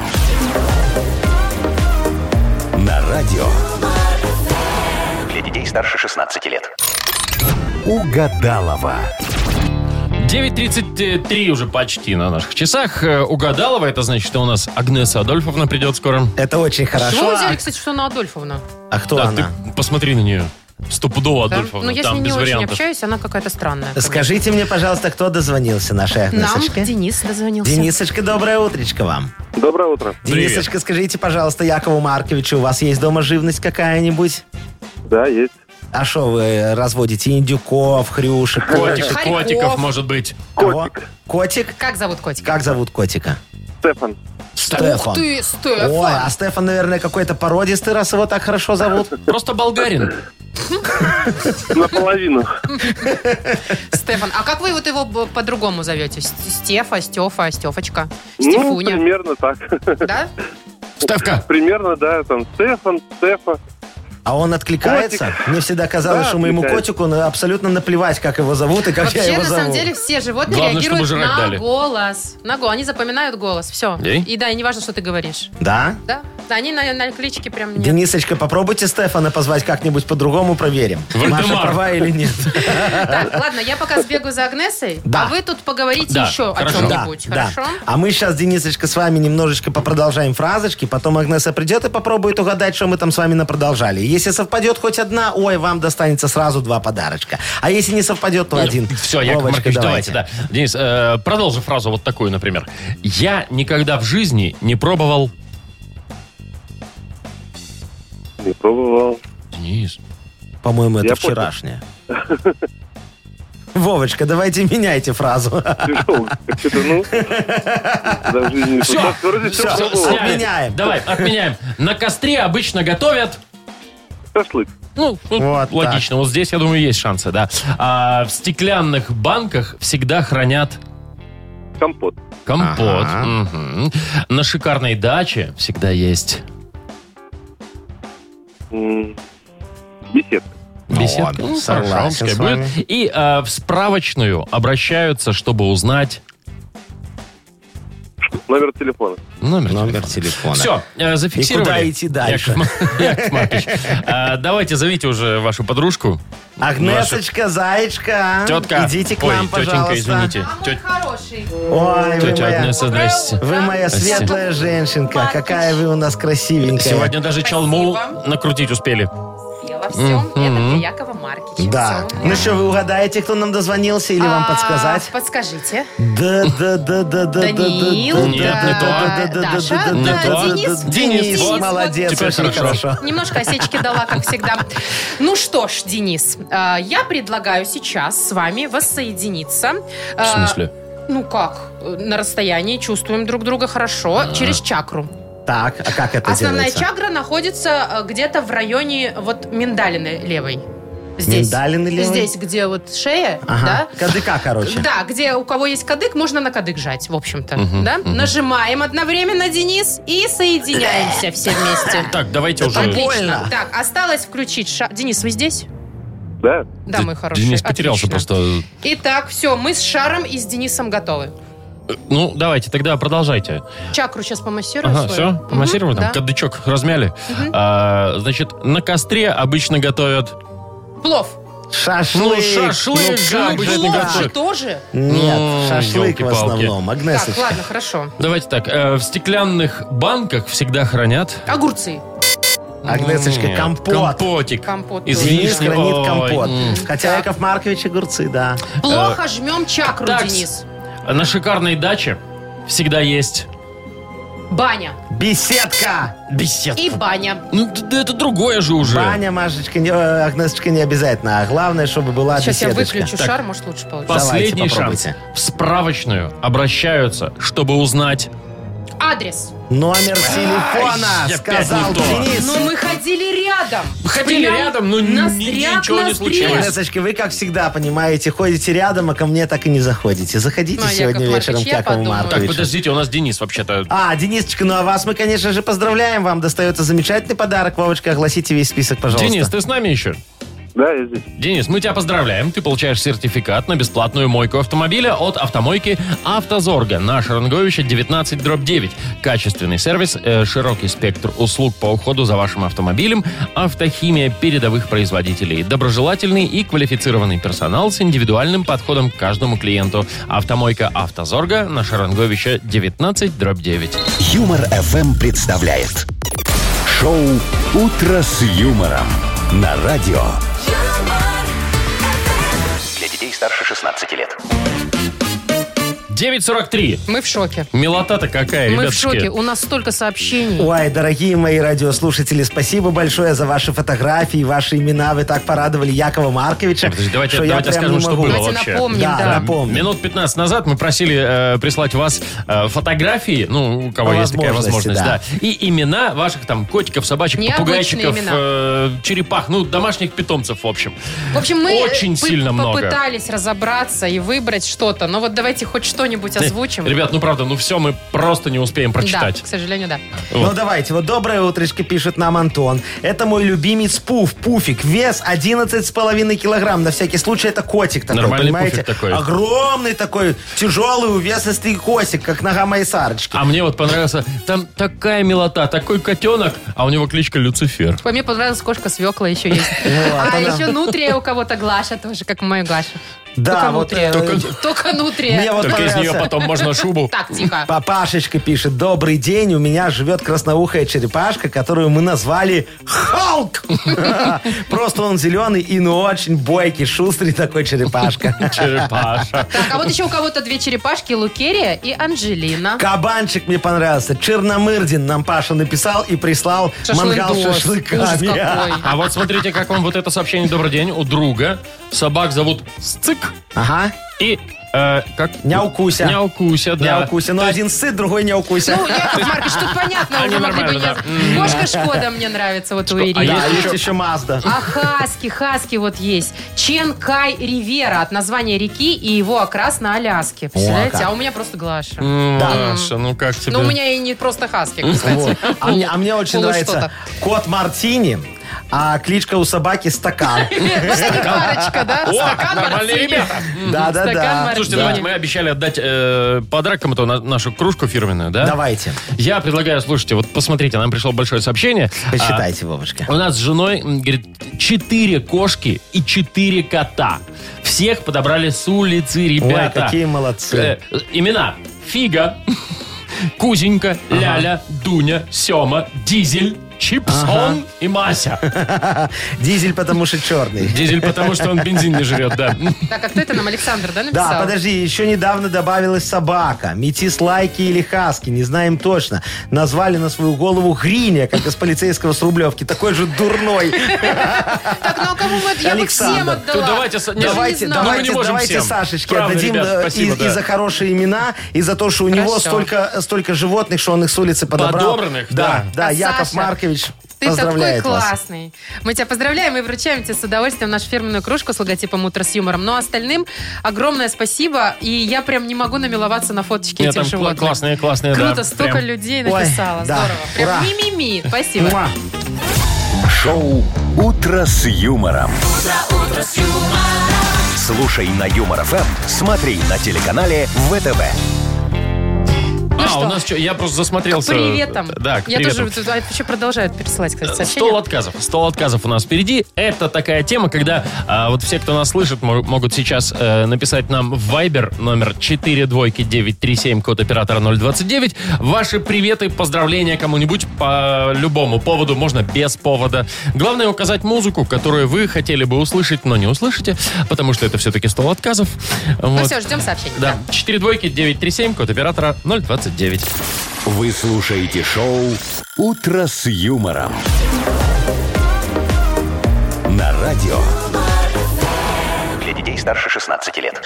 На радио Для детей старше шестнадцати лет. «Угадалова». девять тридцать три уже почти на наших часах. Э, Угадалова, это значит, что у нас Агнеса Адольфовна придет скоро. Это очень Чего вы хорошо. взяли, кстати, что на Адольфовна? А кто Да, она? ты посмотри на нее. Стопудово Да? Адольфовна, Ну, я с там ней не без очень вариантов. общаюсь, она какая-то странная. конечно. Скажите мне, пожалуйста, кто дозвонился нашей Нам Агнесочке? Денис дозвонился. Денисочка, доброе утречко вам. Доброе утро. Привет. Денисочка, скажите, пожалуйста, Якову Марковичу, у вас есть дома живность какая-нибудь? Да, есть. А что вы разводите? Индюков, хрюшек? Котик, Харьков. котиков, может быть. Кого? Котик. Котик? Как зовут котика? Как зовут котика? Стефан. Стефан. Ух ты, Стефан. Ой, а Стефан, наверное, какой-то породистый, раз его так хорошо зовут. Просто болгарин. Наполовину. Стефан, а как вы вот его б- по-другому зовете? С- Стефа, Стефа, Стефочка, Ну, Стефуня, примерно так. да? Ставка. Примерно, да, там Стефан, Стефа. А он откликается? Мне всегда казалось, Да, что моему откликается. котику ну, абсолютно наплевать, как его зовут и как я Вообще, его на зову. самом деле, все животные Главное, чтобы реагируют жрать на дали. голос. На голос. Они запоминают голос. Все. Ей? И да, и не важно, что ты говоришь. Да? Да? Да, они на, на кличке прям нет. Денисочка, попробуйте Стефана позвать как-нибудь по-другому, проверим. Вальдемар. Маша права или нет. Так, ладно, я пока сбегаю за Агнесой, Да. а вы тут поговорите Да, еще о хорошо. чем-нибудь. Да, Хорошо? да. А мы сейчас, Денисочка, с вами немножечко попродолжаем фразочки, потом Агнеса придет и попробует угадать, что мы там с вами напродолжали. Если совпадет хоть одна, ой, вам достанется сразу два подарочка. А если не совпадет, то один. Все, Яков Вовочка, Маркович, давайте. давайте. Да. Денис, э, продолжи фразу вот такую, например. Я никогда в жизни не пробовал... Не пробовал. Денис. По-моему, это Я понял. вчерашнее. Вовочка, давайте меняйте фразу. Тяжело. Как-то, ну, да, в жизни не Все, пробовал. Вроде все всё, пробовал. сняли. Отменяем. Давай, отменяем. На костре обычно готовят... Шашлык. Ну, тут Вот логично. Вот здесь, я думаю, есть шансы, да. А в стеклянных банках всегда хранят Компот. компот. Ага. Мгм. На шикарной даче всегда есть М, Беседка. беседка. Вот, Ну, согласен хорошо, с пускай вами. будет. И а, в справочную обращаются, чтобы узнать Номер телефона. номер, Номер телефона. Все, зафиксировали. И куда идти дальше? Яков, Ма- Яков Маркович, а, давайте зовите уже вашу подружку. Агнесочка, Заячка, Тетка. идите к Ой, нам, тетенька, пожалуйста. извините. А мой Тет- хороший. Ой, вы Тетя моя, Агнеса, здрасте. вы моя Здрасте. светлая женщинка. Какая вы у нас красивенькая. Сегодня даже чалму накрутить успели. Я во всем. Это для Якова Марковича. Да. Всё. Ну что, вы угадаете, кто нам дозвонился, или вам А, подсказать? Подскажите. Да, да, да, да, да, Даниил, да, Нет, да, не да, то. да, да, да, Даша, да, не да, то. да, Денис. да, Денис, Денис, вот. молодец, Теперь очень хорошо. хорошо. Немножко осечки дала, как всегда. Ну что ж, Денис, э, я предлагаю сейчас с вами воссоединиться. В Э, смысле? Ну как? Э, На расстоянии чувствуем друг друга хорошо через чакру. Так, а как это Основная делается? чакра находится э, где-то в районе вот миндалины левой. Здесь. Миндалины левый? Здесь, где вот шея, Ага. да? Кадыка, короче. Да, где у кого есть кадык, можно на кадык жать, в общем-то. Да? Нажимаем одновременно, Денис, и соединяемся все вместе. Так, давайте уже... больно. Отлично. Так, осталось включить шар. Денис, вы здесь? Да. Да, мой хороший. Денис потерялся Отлично. просто. Итак, все, мы с шаром и с Денисом готовы. Ну, давайте, тогда продолжайте. Чакру сейчас помассируем Ага, свою. все, помассировали, Мгм, там, да. кадычок размяли. А, значит, на костре обычно готовят... Плов. Шашлык. Ну, шашлык Ну, же как обычно же не так? Плов же готовят. тоже? Нет, Ну, шашлык в ёлки-палки. основном. Так, Агнесочка. ладно, хорошо. Давайте так, э, в стеклянных банках всегда хранят... Огурцы. Агнесочка, Нет, компот. Компотик. Компот Из тоже. Денис вишни. хранит Ой, компот. м. Хотя Так. Яков Маркович огурцы, да. Плохо жмем чакру, так, Денис. На шикарной даче всегда есть... Баня. Беседка. Беседка. И баня. Ну, да это другое же уже. Баня, Машечка, не, э, Агнесочка, не обязательно. А главное, чтобы была Сейчас я беседочка. выключу шар, может лучше получится. Последний Давайте, шанс. попробуйте. В справочную обращаются, чтобы узнать... Адрес. Номер телефона, Ай, опять сказал не то. Денис. Но мы ходили рядом. Ходили Прям рядом, но настряк, ничего не настряк. случилось. Агнесочка, вы, как всегда, понимаете, ходите рядом, а ко мне так и не заходите. Заходите Ну, сегодня Яков вечером Маркович, к я Якову подумаю. Так, Марковичу. подождите, у нас Денис вообще-то... А, Денисочка, ну а вас мы, конечно же, поздравляем. Вам достается замечательный подарок. Вовочка, огласите весь список, пожалуйста. Денис, ты с нами еще? Да, я здесь. Денис, мы тебя поздравляем. Ты получаешь сертификат на бесплатную мойку автомобиля от автомойки «Автозорга» на Шаранговича девятнадцать дробь девять. Качественный сервис, э, широкий спектр услуг по уходу за вашим автомобилем, автохимия передовых производителей, доброжелательный и квалифицированный персонал с индивидуальным подходом к каждому клиенту. Автомойка «Автозорга» на Шаранговича девятнадцать дробь девять. Юмор эф эм представляет шоу «Утро с юмором» на радио. Для детей старше шестнадцати лет. девять сорок три. Мы в шоке. Милота-то какая, Мы в ребятушки. шоке. У нас столько сообщений. Ой, дорогие мои радиослушатели, спасибо большое за ваши фотографии, ваши имена. Вы так порадовали Якова Марковича. Подожди, давайте- что я давайте прям скажем, не что могу. было Давайте вообще. напомним, Да, да. напомним. Минут пятнадцать назад мы просили э, прислать вас э, фотографии, ну, у кого По есть такая возможности, возможность, да. И имена ваших там котиков, собачек, Необычные попугайчиков, имена. э, черепах, ну, домашних питомцев, в общем. В общем, мы Очень пы- сильно много. попытались разобраться и выбрать что-то. Но вот давайте хоть что-нибудь озвучим. Ребят, ну правда, ну все, мы просто не успеем прочитать. Да, к сожалению, да. Ну давайте, вот доброе утречко, пишет нам Антон. Это мой любимец Пуф, Пуфик. Вес одиннадцать с половиной килограмм. На всякий случай это котик такой, Нормальный понимаете? пуфик такой. Огромный такой, тяжелый, увесистый котик, как нога моей Сарочки. А мне вот понравился, там такая милота, такой котенок, а у него кличка Люцифер. Мне понравилась кошка свекла еще есть. А еще нутрия у кого-то Глаша тоже, как моя Глаша. Да, Только вот, нутрия. э, Только нутрия. Мне вот Только из нее понравился. потом можно шубу. Так, тихо. Папашечка пишет: добрый день, у меня живет красноухая черепашка, которую мы назвали Халк. Просто он зеленый и ну очень бойкий, шустрый такой черепашка. Черепаша. Так, а вот еще у кого-то две черепашки, Лукерия и Анжелина. Кабанчик мне понравился. Черномырдин нам Паша написал и прислал мангал с Шашлындос. Ужас шашлыками. какой. А вот смотрите, как вам вот это сообщение. Добрый день. У друга собак зовут Сцик Ага. и... э, как? Няукуся. Няукуся, да. Няукуся. Ну, один сыт, другой няукуся. Ну, Яков Маркович, тут понятно, Они уже могли бы нормально, не... Кошка Шкода мне нравится, вот у Ирины. а Да, есть есть еще- еще Мазда. А хаски, хаски вот есть. Чен Кай Ривера от названия реки и его окрас на Аляске. Представляете? как. А у меня просто Глаша. М, Да. Маша, ну как тебе? Ну, у меня и не просто хаски, кстати. Вот. А мне, а мне очень Полу нравится что-то. кот Мартини, а кличка у собаки Стакан. Кстати, парочка, да? О, Стакан нормальные мартини. ребята. Да, да, Стакан да. мартини. Слушайте, давайте мы обещали отдать э, подарок кому-то, на- нашу кружку фирменную, да? Давайте, Я предлагаю, слушайте, вот посмотрите, нам пришло большое сообщение. посчитайте, Вовочка. А, у нас с женой, м, говорит, четыре кошки и четыре кота. Всех подобрали с улицы, ребята. Ой, какие молодцы. Э, имена. Фига, Кузенька, Ляля, Дуня, Сема, Дизель, Чипсон и Мася. Дизель, потому что черный. Дизель, потому что он бензин не жрет, да. Так, а кто это нам? Александр, да, написал? Да, подожди, еще недавно добавилась собака. Метис Лайки или Хаски, не знаем точно. Назвали на свою голову Гриня, как из полицейского с Рублевки. Такой же дурной. Так, ну а кому мы... Я бы всем Александр, отдала. то давайте с- Даже не, не Давайте, знаю. мы не давайте, можем давайте всем. Сашечке Правда, отдадим ребят, э, спасибо, и, да. и за хорошие имена, и за то, что у него Хорошо. столько, столько животных, что он их с улицы подобрал. Подобранных, да. да. Да, А Яков Саша? Маркович. Ты такой Поздравляет вас. классный. Мы тебя поздравляем и вручаем тебе с удовольствием нашу фирменную кружку с логотипом «Утро с юмором». Но остальным огромное спасибо. И я прям не могу намиловаться на фоточке Нет, этих там животных. классные, классные, Круто, да, столько прям. людей Ой, написало. да. Здорово. Прям Ура. ми-ми-ми. Спасибо. Муа. Шоу «Утро с юмором». Слушай на Юмор ФМ, смотри на телеканале ВТВ. А, что? у нас что, я просто засмотрелся. К приветам. Да, к Я приветам. тоже тут еще продолжают пересылать, кстати, сообщения. Стол отказов. Стол отказов у нас впереди. Это такая тема, когда а, вот все, кто нас слышит, мо- могут сейчас э, написать нам в Viber номер четыре двойки девять три семь, код оператора ноль двадцать девять. Ваши приветы, поздравления кому-нибудь по любому поводу, можно без повода. Главное указать музыку, которую вы хотели бы услышать, но не услышите, потому что это все-таки стол отказов. Ну Вот. все, ждем сообщений. Да, четыре двойки девять три семь, код оператора ноль двадцать девять. Вы слушаете шоу «Утро с юмором» на радио. Для детей старше шестнадцати лет.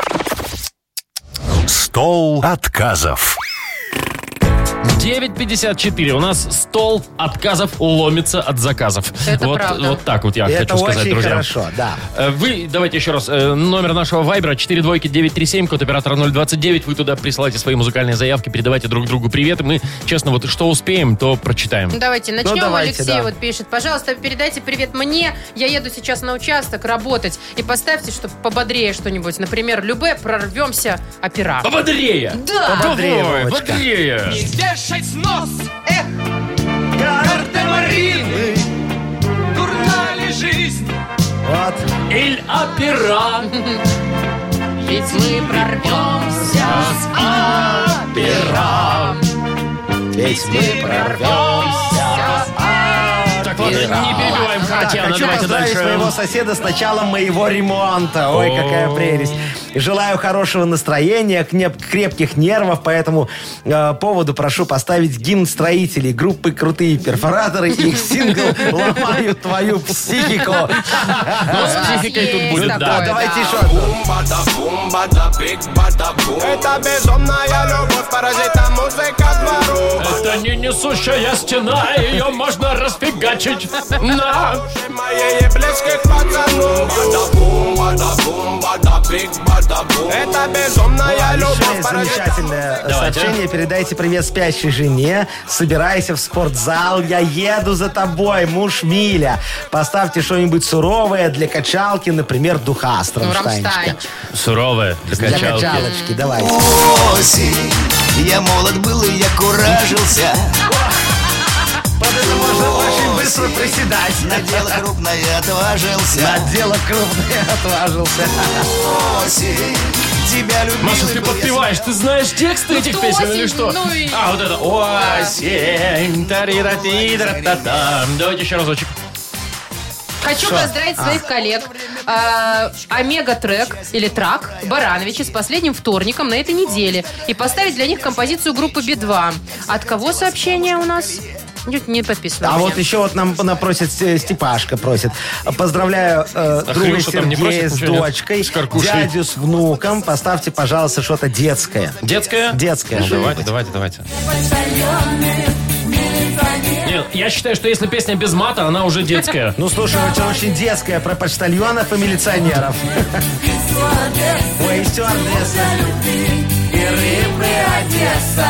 Стол отказов. девять пятьдесят четыре. У нас стол отказов ломится от заказов. Это вот, правда. вот так вот я И хочу это сказать, очень друзья. хорошо, да. Э, Вы, давайте еще раз, э, номер нашего вайбера четыре двойки девять три семь, код оператора ноль двадцать девять. Вы туда присылайте свои музыкальные заявки, передавайте друг другу приветы. Мы, честно, вот что успеем, то прочитаем. Давайте начнем. Ну, давайте, Алексей да. вот пишет. Пожалуйста, передайте привет мне. Я еду сейчас на участок работать. И поставьте, чтобы пободрее что-нибудь. Например, Любэ, прорвемся, опера. Пободрее! Да! Пободрее, Давай, Вовочка. бодрее! Вешать нос, эх, гардемарины, дурна ли жизнь? Вот. Эль опера! Ведь мы прорвемся с опера. Ведь мы прорвемся. Так, ладно, не перебиваем Так, Татьяна, хочу давайте поздравить дальше. своего соседа с началом моего ремонта. Ой, О. какая прелесть. И желаю хорошего настроения, кнеп- крепких нервов. По этому э, поводу прошу поставить гимн строителей группы «Крутые перфораторы» и их сингл «Ломаю твою психику». Ну, с психикой тут Есть будет, такое, да. Да, давайте да. еще одну. Это безумная любовь, паразита музыка двору. Это не несущая стена, ее можно расфигачить. На. Моей близких пацанов. Бада-бум, бада-бум, бада-бик, бада-бум. Это безумная Еще любовь, есть паразита. замечательное Давайте. сообщение. Передайте привет спящей жене. Собирайся в спортзал. Я еду за тобой, муж Миля. Поставьте что-нибудь суровое для качалки, например, Духас. Ну, Рамштайнчика. Рамштайнчик. Суровая для Для качалки. качалочки, давайте. Осень, я молод был и я куражился. Под это можно очень быстро приседать. На дело крупное отважился. На дело крупное отважился. Осень, тебя любил. Маша, ты был я подпеваешь, ты знаешь тексты этих Ну, песен осень, или что? ну и- А, вот это осень, тарира-ти-дра-та-там. Давайте еще разочек. Хочу поздравить своих коллег э, Омега Трек или Трак Барановича с последним вторником на этой неделе и поставить для них композицию группы Би два. От кого сообщение у нас? Нет, не подписано. А у меня. вот еще вот нам напросит э, Степашка просит. Поздравляю э, А друга Хрюша там не Сергея просит с ничего, нет? дочкой, С Каркушей? дядю с внуком. Поставьте, пожалуйста, что-то детское. Детская? Детское. Ну, что-нибудь. давайте, давайте, давайте. Нет, я считаю, что если песня без мата, она уже детская. Ну, слушай, очень, очень детское про почтальонов и милиционеров. Ой, и стюардесса. И рыбы Одесса.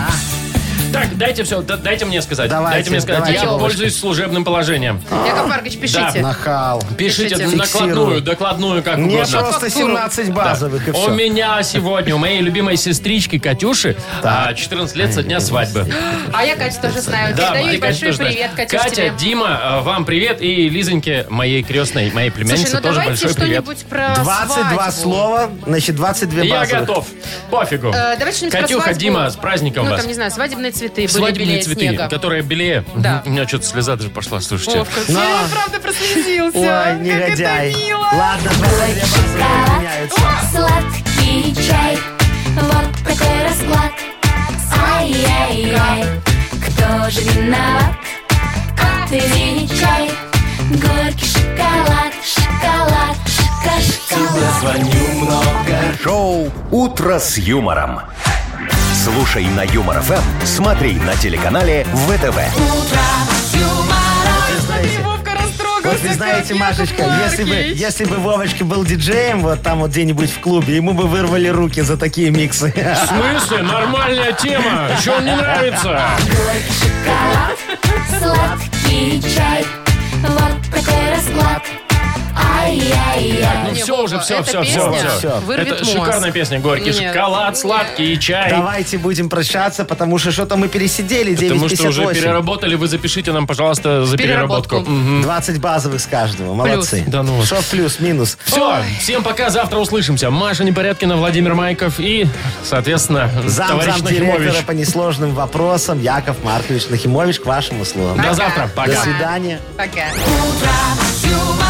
Так, дайте все, да- дайте мне сказать. Давайте, дайте мне сказать. давайте, Я Вовочка. пользуюсь служебным положением. Яков Маркович, пишите. Нахал. Пишите Пишите. накладную, докладную, как Мне угодно. просто Фактуру. семнадцать базовых и У все. меня сегодня, у моей любимой сестрички Катюши, а, четырнадцать лет со дня свадьбы. А я Катю тоже знаю. Да, Передаю ей и Катя большой тоже знает. привет, Катюш, Катя, тебе. Дима, а, вам привет. И Лизоньке, моей крестной, моей племяннице, Слушай, ну тоже давайте большой привет. что-нибудь про двадцать два свадьбу. слова, значит, двадцать две Я базовых. готов. Пофигу. Э, давайте что-нибудь про Катюха, свадьбу. Дима, с праздником Ну, вас. там, не знаю, свадебные цветы были Свадебные белее цветы, снега. которые белее. Да. У меня что-то слеза даже пошла, слушайте. Вовка, На. я правда прослезился. Ой, негодяй. Как это мило. Ладно, двадцать две базовых меняются. Сладкий чай, вот такой расклад. Ай-яй-яй, кто же виноват? От или чай, горький шоколад, шоколад, шоколад. звоню много. Шоу «Утро с юмором». Слушай на Юмор ФМ, смотри на телеканале ВТВ. Утро с юмором. Вот вы знаете, Машечка, если бы, если бы Вовочка был диджеем, вот там вот где-нибудь в клубе, ему бы вырвали руки за такие миксы. В смысле? Нормальная тема. Что вам не нравится? Горький шоколад, сладкий чай. Вот такой расклад. Ай-яй-яй. Ну Не, все Вова, уже, все, эта все, все, песня все. вырвет Это мозг. шикарная песня. Горький Нет. шоколад, сладкий чай. Давайте будем прощаться, потому что что-то мы пересидели. Потому что уже девять пятьдесят восемь. переработали. Вы запишите нам, пожалуйста, за переработку. Переработку. Мгм. двадцать базовых с каждого. Молодцы. Да ну вас. Что плюс, минус. Все, всем пока, завтра услышимся. Маша Непорядкина, Владимир Майков и, соответственно, товарищ Зам-зам директора Нахимович. по несложным вопросам Яков Маркович Нахимович, к вашим услугам. До завтра. До Пока. свидания. Пока. Утро с юмором.